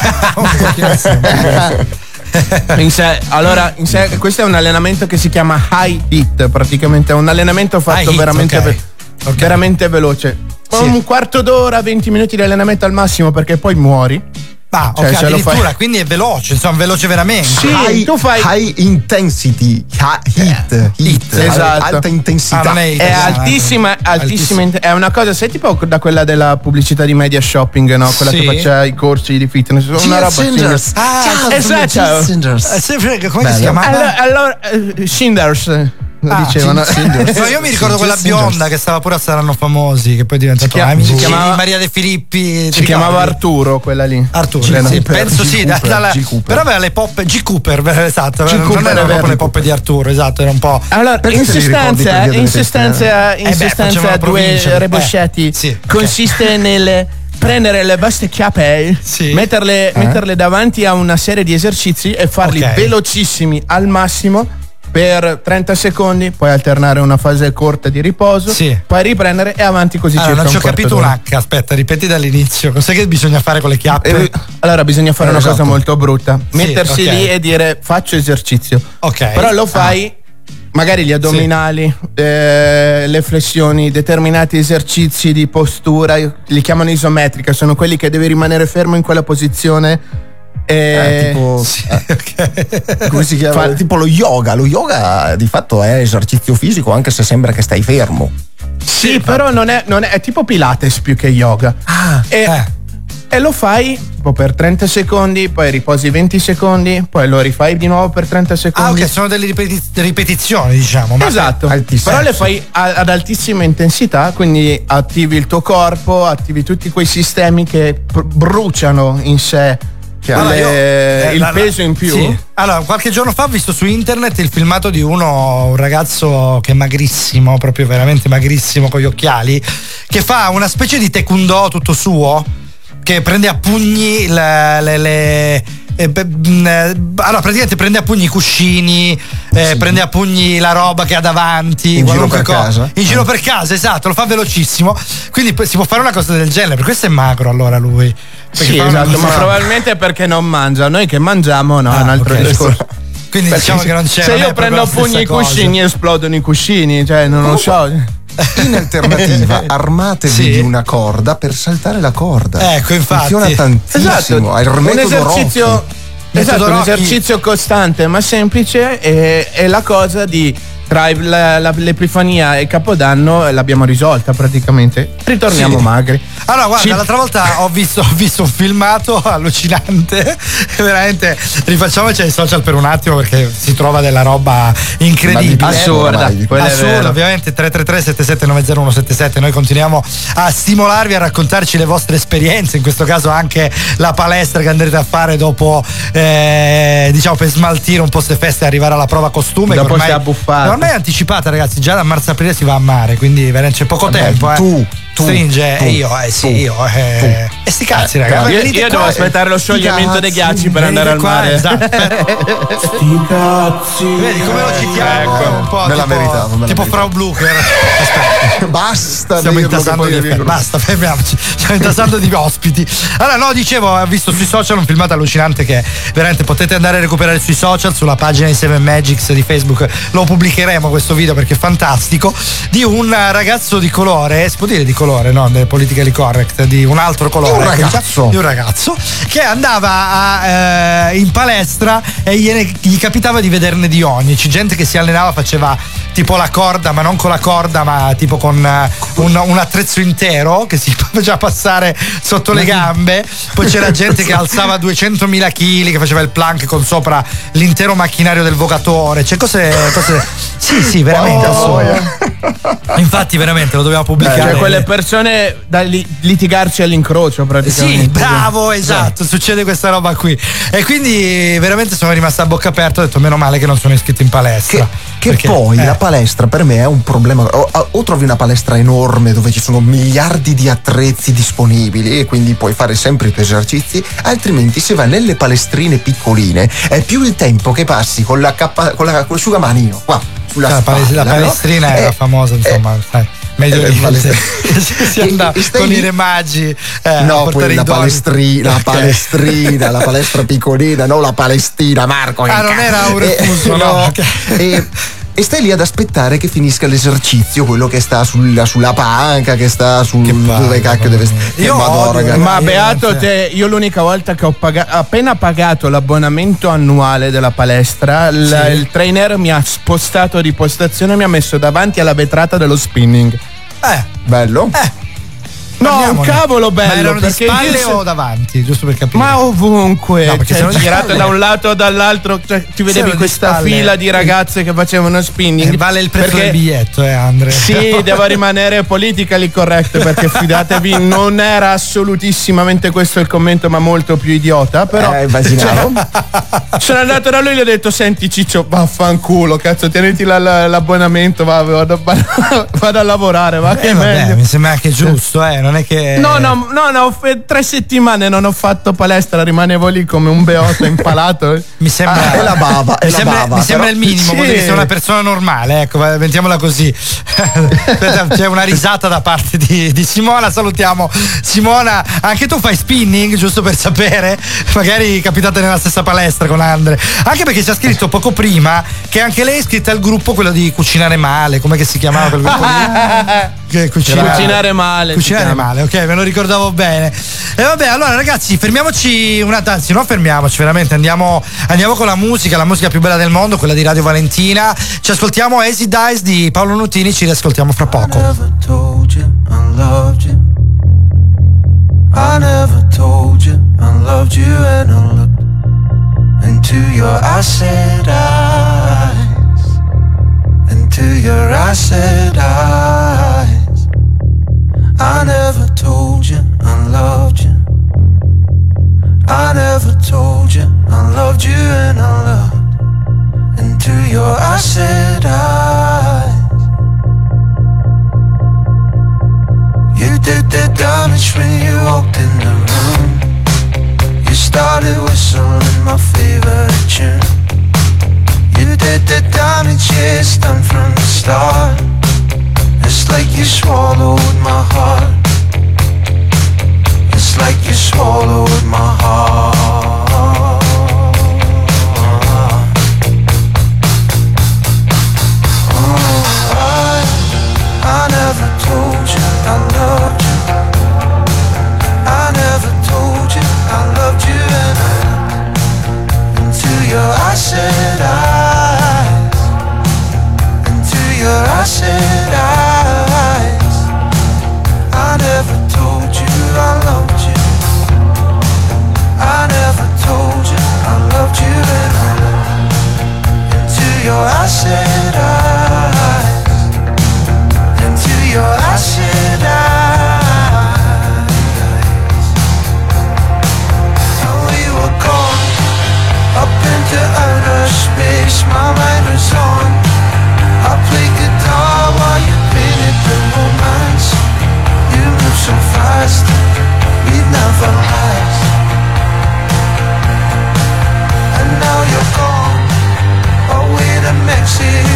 In sé, questo è un allenamento che si chiama high HIIT, praticamente è un allenamento fatto veramente veloce. Un quarto d'ora, 20 minuti di allenamento al massimo, perché poi muori. Addirittura, quindi è veloce, insomma, veloce veramente. Sì, tu fai high intensity, HIIT, esatto. Alta intensità. È altissima. È una cosa, sei tipo da quella della pubblicità di Media Shopping, no? Quella che faceva i corsi di fitness, una roba simile. Esatto. Come si chiama? Allora, Shinders. Dicevano. No, io mi ricordo quella bionda che stava pure a Saranno Famosi, che poi è diventato si chiamava Maria De Filippi. Si chiamava Arturo, quella lì. Penso però aveva le poppe G. Cooper, esatto. Non erano proprio le poppe di Arturo, esatto, era un po'. Allora, in sostanza due reboscetti consiste nel prendere le vostre chiappe, metterle davanti a una serie di esercizi e farli velocissimi al massimo per 30 secondi, puoi alternare una fase corta di riposo, poi riprendere e avanti così circa non ci ho un quarto capito un d'ora. H, aspetta, ripeti dall'inizio. Cos'è che bisogna fare con le chiappe? Allora bisogna fare una esatto. cosa molto brutta, mettersi ok. lì e dire faccio esercizio. Ok. Però lo fai magari gli addominali, le flessioni, determinati esercizi di postura, li chiamano isometrica, sono quelli che devi rimanere fermo in quella posizione. Tipo come si chiama? Tipo lo yoga. Lo yoga di fatto è esercizio fisico, anche se sembra che stai fermo. Sì, però non è tipo Pilates più che yoga. E lo fai tipo per 30 secondi, poi riposi 20 secondi, poi lo rifai di nuovo per 30 secondi. Ok, sono delle ripetizioni, diciamo. Esatto, però le fai ad altissima intensità, quindi attivi il tuo corpo, attivi tutti quei sistemi che bruciano in sé il peso in più. Sì. Allora, qualche giorno fa ho visto su internet il filmato di un ragazzo che è magrissimo, proprio veramente magrissimo, con gli occhiali, che fa una specie di taekwondo tutto suo, che prende a pugni allora praticamente prende a pugni i cuscini, prende a pugni la roba che ha davanti in giro per casa. In giro per casa, esatto, lo fa velocissimo, quindi si può fare una cosa del genere. Per questo è magro allora lui. Sì, esatto, ma probabilmente è perché non mangia. Noi che mangiamo è un altro discorso. Quindi diciamo che non c'è. Se io prendo a pugni i cuscini esplodono i cuscini, cioè non lo so. In alternativa, armatevi di una corda per saltare la corda. Ecco, infatti. Funziona tantissimo. Esatto. È il Un metodo esercizio, Rocky. esatto, un esercizio costante ma semplice, è la cosa di tra l'Epifania e Capodanno l'abbiamo risolta praticamente. Ritorniamo magri. Allora guarda, l'altra volta ho visto un filmato allucinante. Veramente rifacciamoci ai social per un attimo, perché si trova della roba incredibile, assurda, ovviamente. 333-7790-177. Noi continuiamo a stimolarvi, a raccontarci le vostre esperienze, in questo caso anche la palestra che andrete a fare dopo, diciamo, per smaltire un po' ste feste e arrivare alla prova costume. Dopo ormai si è abbuffata. ormai è anticipata, ragazzi, già da marzo-aprile si va a mare, quindi c'è poco tempo. Tu stringe e io e sti cazzi, ragazzi. Io devo aspettare lo scioglimento dei ghiacci per andare al mare. Esatto. Sti cazzi. Vedi come lo citiamo? Ecco. Un po' Me la meritavo. tipo Frau Blucher. Aspetta. Basta. Stiamo basta, fermiamoci. Stiamo intasando di ospiti. Allora, no, dicevo, ho visto sui social un filmato allucinante che veramente potete andare a recuperare sui social, sulla pagina di Seven Magics di Facebook. Lo pubblicheremo questo video perché è fantastico. Di un ragazzo di colore, si può dire di colore, no? Politically correct, di un altro colore. Di un ragazzo che andava in palestra e gli capitava di vederne di ogni. C'è gente che si allenava, faceva tipo la corda, ma non con la corda, ma tipo con un attrezzo intero che si faceva passare sotto le gambe. Poi c'era gente che alzava 200.000 kg, che faceva il plank con sopra l'intero macchinario del vogatore. Cioè cose sì, veramente infatti veramente lo dovevamo pubblicare. Cioè quelle persone da litigarci all'incrocio praticamente. Sì, bravo, esatto, succede questa roba qui. E quindi veramente sono rimasta a bocca aperta, ho detto meno male che non sono iscritto in palestra. Perché poi la palestra per me è un problema. O trovi una palestra enorme dove ci sono miliardi di attrezzi disponibili e quindi puoi fare sempre i tuoi esercizi, altrimenti se vai nelle palestrine piccoline è più il tempo che passi con l'asciugamanino qua sulla spalla, la palestrina era famosa, insomma, sai. Meglio di si andava con i remaggi no, poi la palestrina, la palestra piccolina, no, la Palestina, Marco. Non era un refuso, no. E stai lì ad aspettare che finisca l'esercizio, quello che sta sulla panca, che sta sul dove cacchio deve stare. Ma beato te, io l'unica volta che ho appena pagato l'abbonamento annuale della palestra, il trainer mi ha spostato di postazione e mi ha messo davanti alla vetrata dello spinning. Bello? No, un cavolo bello. Ma erano di perché spalle o davanti? Giusto per capire. Ma ovunque, no, perché girato da un lato o dall'altro, ti vedevi questa fila di ragazze che facevano spinning. Vale il prezzo del biglietto, Andre. Sì, devo rimanere politically correct, perché fidatevi, non era assolutissimamente questo il commento, ma molto più idiota. Però immaginavo. Sono andato da lui e gli ho detto: senti Ciccio, vaffanculo, cazzo, tieniti l'abbonamento, vado a lavorare, va che è meglio. Mi sembra anche giusto, non è che... No, 3 settimane non ho fatto palestra, rimanevo lì come un beoto impalato. Mi sembra... è la bava, mi sembra il minimo, Sì. vuol dire che sei una persona normale, ecco, mettiamola così. C'è una risata da parte di Simona, salutiamo Simona. Anche tu fai spinning, giusto per sapere? Magari capitate nella stessa palestra con Andre. Anche perché ci ha scritto poco prima che anche lei è iscritta al gruppo, quello di Cucinare Male, come che si chiamava quel gruppo lì? Cucinare male. Cucinare male, ok, me lo ricordavo bene. E vabbè, allora ragazzi, fermiamoci anzi, non fermiamoci, veramente, andiamo con la musica più bella del mondo, quella di Radio Valentina. Ci ascoltiamo Easy Dice di Paolo Nutini, ci riascoltiamo fra poco. I never told you I loved you. I never told you I loved you, and I looked into your acid eyes, into your acid eyes. I never told you I loved you. I never told you I loved you, and I looked into your acid eyes. You did the damage when you walked in the room. You started whistling my favorite tune. You did the damage, yeah, it's done from the start. It's like you swallowed my heart. It's like you swallowed my heart. I never told you I loved you. I never told you I loved you, and I into your acid eyes, into your acid eyes. I never told you I loved you. I never told you I loved you, and I into your acid eyes, into your acid eyes. And we were gone up into outer space. My mind was on. I played guitar while you painted the romance. You moved so fast, we'd never last. And now you're gone away to Mexico.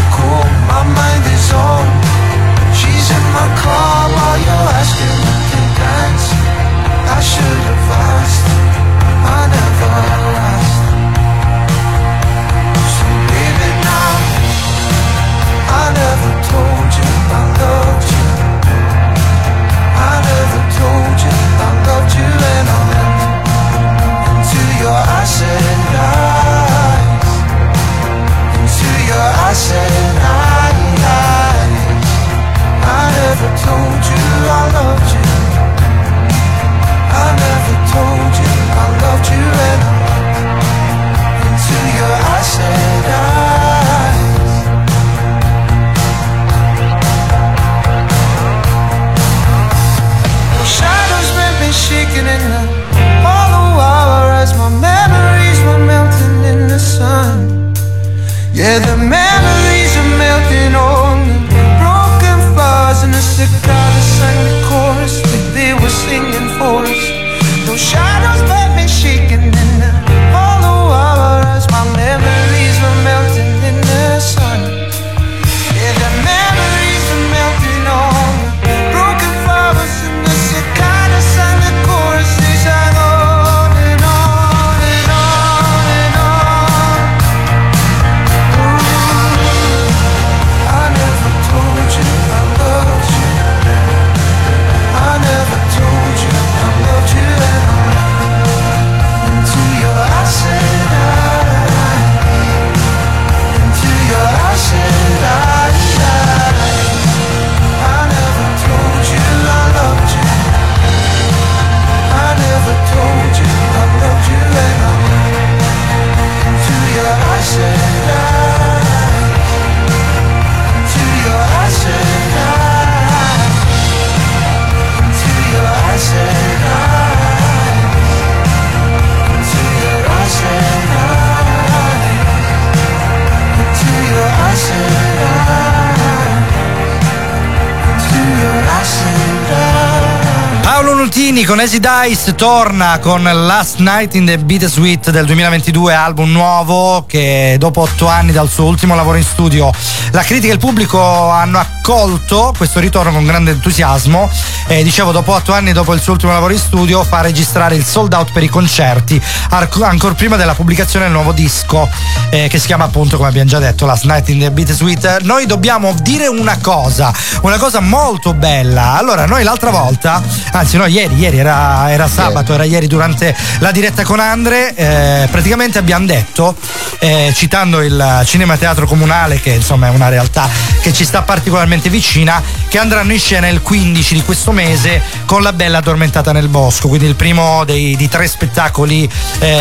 Martini con Easy Dice torna con Last Night in the Bittersweet del 2022, album nuovo che dopo 8 anni dal suo ultimo lavoro in studio la critica e il pubblico hanno accolto questo ritorno con grande entusiasmo. Dicevo, dopo 8 anni dopo il suo ultimo lavoro in studio fa registrare il sold out per i concerti ancora prima della pubblicazione del nuovo disco che si chiama appunto, come abbiamo già detto, Last Night in the Bittersweet. Noi dobbiamo dire una cosa molto bella. Allora, noi l'altra volta, anzi no, ieri era sabato, era ieri durante la diretta con Andre, praticamente abbiamo detto, citando il Cinema Teatro Comunale, che insomma è una realtà che ci sta particolarmente vicina, che andranno in scena il 15 di questo mese con La Bella Addormentata nel Bosco, quindi il primo di 3 spettacoli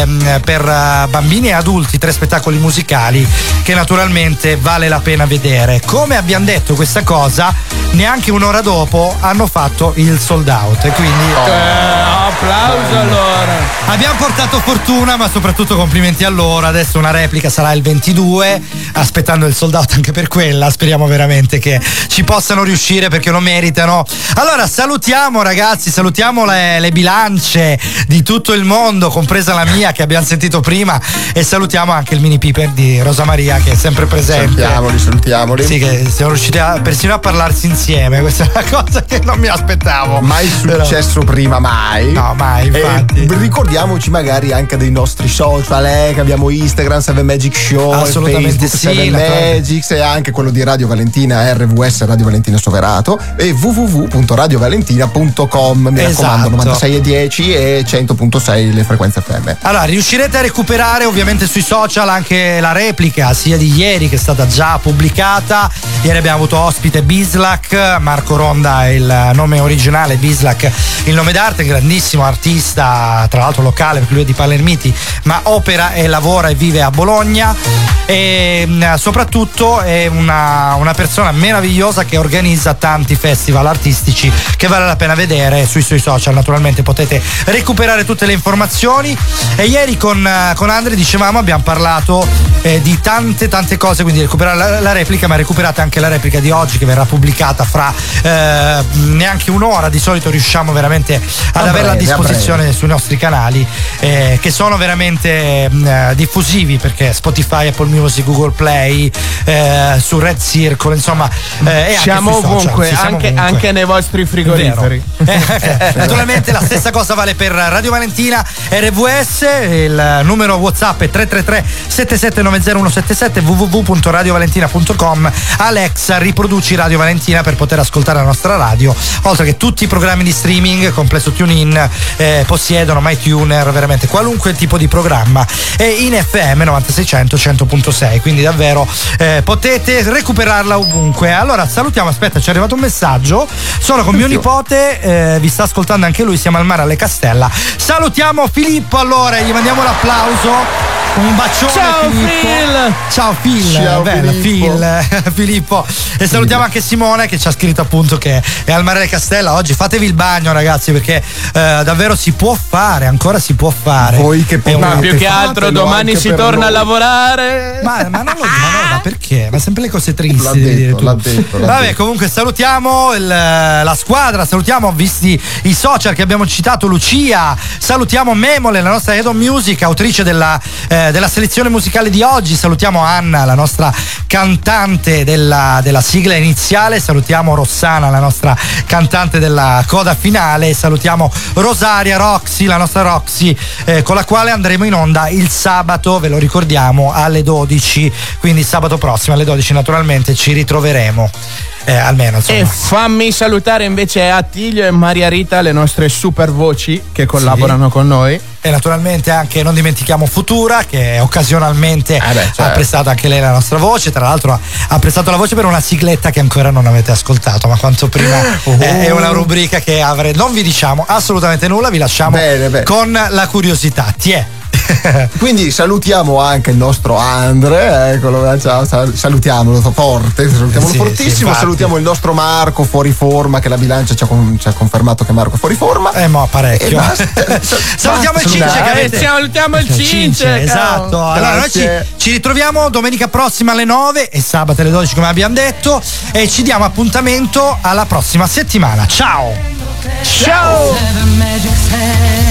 per bambini e adulti, 3 spettacoli musicali che naturalmente vale la pena vedere. Come abbiamo detto questa cosa, neanche un'ora dopo hanno fatto il sold out e quindi applauso. Allora abbiamo portato fortuna, ma soprattutto complimenti a loro. Adesso una replica sarà il 22, aspettando il sold out anche per quella. Speriamo veramente che ci possano riuscire, perché lo meritano. Allora salutiamo, ragazzi, salutiamo le bilance di tutto il mondo, compresa la mia che abbiamo sentito prima, e salutiamo anche il mini Piper di Rosa Maria che è sempre presente. Salutiamoli. Sì, che siamo riusciti persino a parlarsi insieme. Questa è una cosa che non mi aspettavo. Mai successo prima, mai. No, mai, infatti. Ricordiamoci magari anche dei nostri social, che abbiamo Instagram 7 Magic Show, assolutamente Facebook sì, 7 Magics, e anche quello di Radio Valentina, RVS Radio Valentina Soverato, e www.radiovalentina.com. Mi raccomando, 96,10 e 100.6 le frequenze FM. Allora, riuscirete a recuperare ovviamente sui social anche la replica sia di ieri, che è stata già pubblicata. Ieri abbiamo avuto ospite Bislak, Marco Ronda è il nome originale, Bislak il nome d'arte, grandissimo artista, tra l'altro locale perché lui è di Palermiti, ma opera e lavora e vive a Bologna, e soprattutto è una persona meravigliosa che organizza tanti festival artistici che vale la pena vedere. Sui suoi social naturalmente potete recuperare tutte le informazioni. E ieri con Andre dicevamo, abbiamo parlato di tante cose, quindi recuperare la replica, ma recuperate anche la replica di oggi che verrà pubblicata fra neanche un'ora. Di solito riusciamo veramente ad averla a disposizione sui nostri canali, che sono veramente diffusivi, perché Spotify, Apple Music, Google Play, su Red Circle, insomma, e siamo anche ovunque, social, anche nei vostri frigoriferi. Naturalmente la stessa cosa vale per Radio Valentina RVS. Il numero WhatsApp è 333 7790177, www.radiovalentina.com. Alexa, riproduci Radio Valentina per poter ascoltare la nostra radio, oltre che tutti i programmi di streaming, compreso TuneIn, possiedono MyTuner, veramente qualunque tipo di programma, e in FM 9600 100.6, quindi davvero potete recuperarla ovunque. Allora salutiamo, aspetta, ci è arrivato un messaggio, sono con mio nipote, vi sta ascoltando anche lui, siamo al mare alle Castella. Salutiamo Filippo, allora gli mandiamo l'applauso. Un bacione. Ciao Phil. Ciao Phil. Ciao bello Filippo. Filippo. E salutiamo anche Simone che ci ha scritto appunto che è al mare alle Castella oggi. Fatevi il bagno, ragazzi, perché davvero si può fare, ancora si può fare. Voi che ma più che altro domani si torna a lavorare. Ma non lo ma perché? Ma sempre le cose tristi. L'ha detto. Vabbè, comunque salutiamo la squadra, salutiamo, visti i social che abbiamo citato, Lucia, salutiamo Memole, la nostra Head of Music, autrice della selezione musicale di oggi, salutiamo Anna, la nostra cantante della sigla iniziale, salutiamo Rossana, la nostra cantante della coda finale, salutiamo Rosaria Roxy, la nostra Roxy, con la quale andremo in onda il sabato, ve lo ricordiamo, alle 12, quindi sabato prossimo alle 12 naturalmente ci ritroveremo. Almeno insomma. E fammi salutare invece Attilio e Maria Rita, le nostre super voci che collaborano con noi. E naturalmente anche non dimentichiamo Futura, che occasionalmente ha prestato anche lei la nostra voce. Tra l'altro ha prestato la voce per una sigletta che ancora non avete ascoltato, ma quanto prima è una rubrica che non vi diciamo assolutamente nulla, vi lasciamo con la curiosità. Quindi salutiamo anche il nostro Andre, eccolo, salutiamolo forte, salutiamolo fortissimo, salutiamo il nostro Marco fuori forma, che la bilancia ci ha confermato che Marco è fuori forma. Ma parecchio. Salutiamo il Cince, salutiamo il Cince. Esatto. Allora noi ci ritroviamo domenica prossima alle 9 e sabato alle 12 come abbiamo detto, e ci diamo appuntamento alla prossima settimana. Ciao. Ciao! Seven magic hands.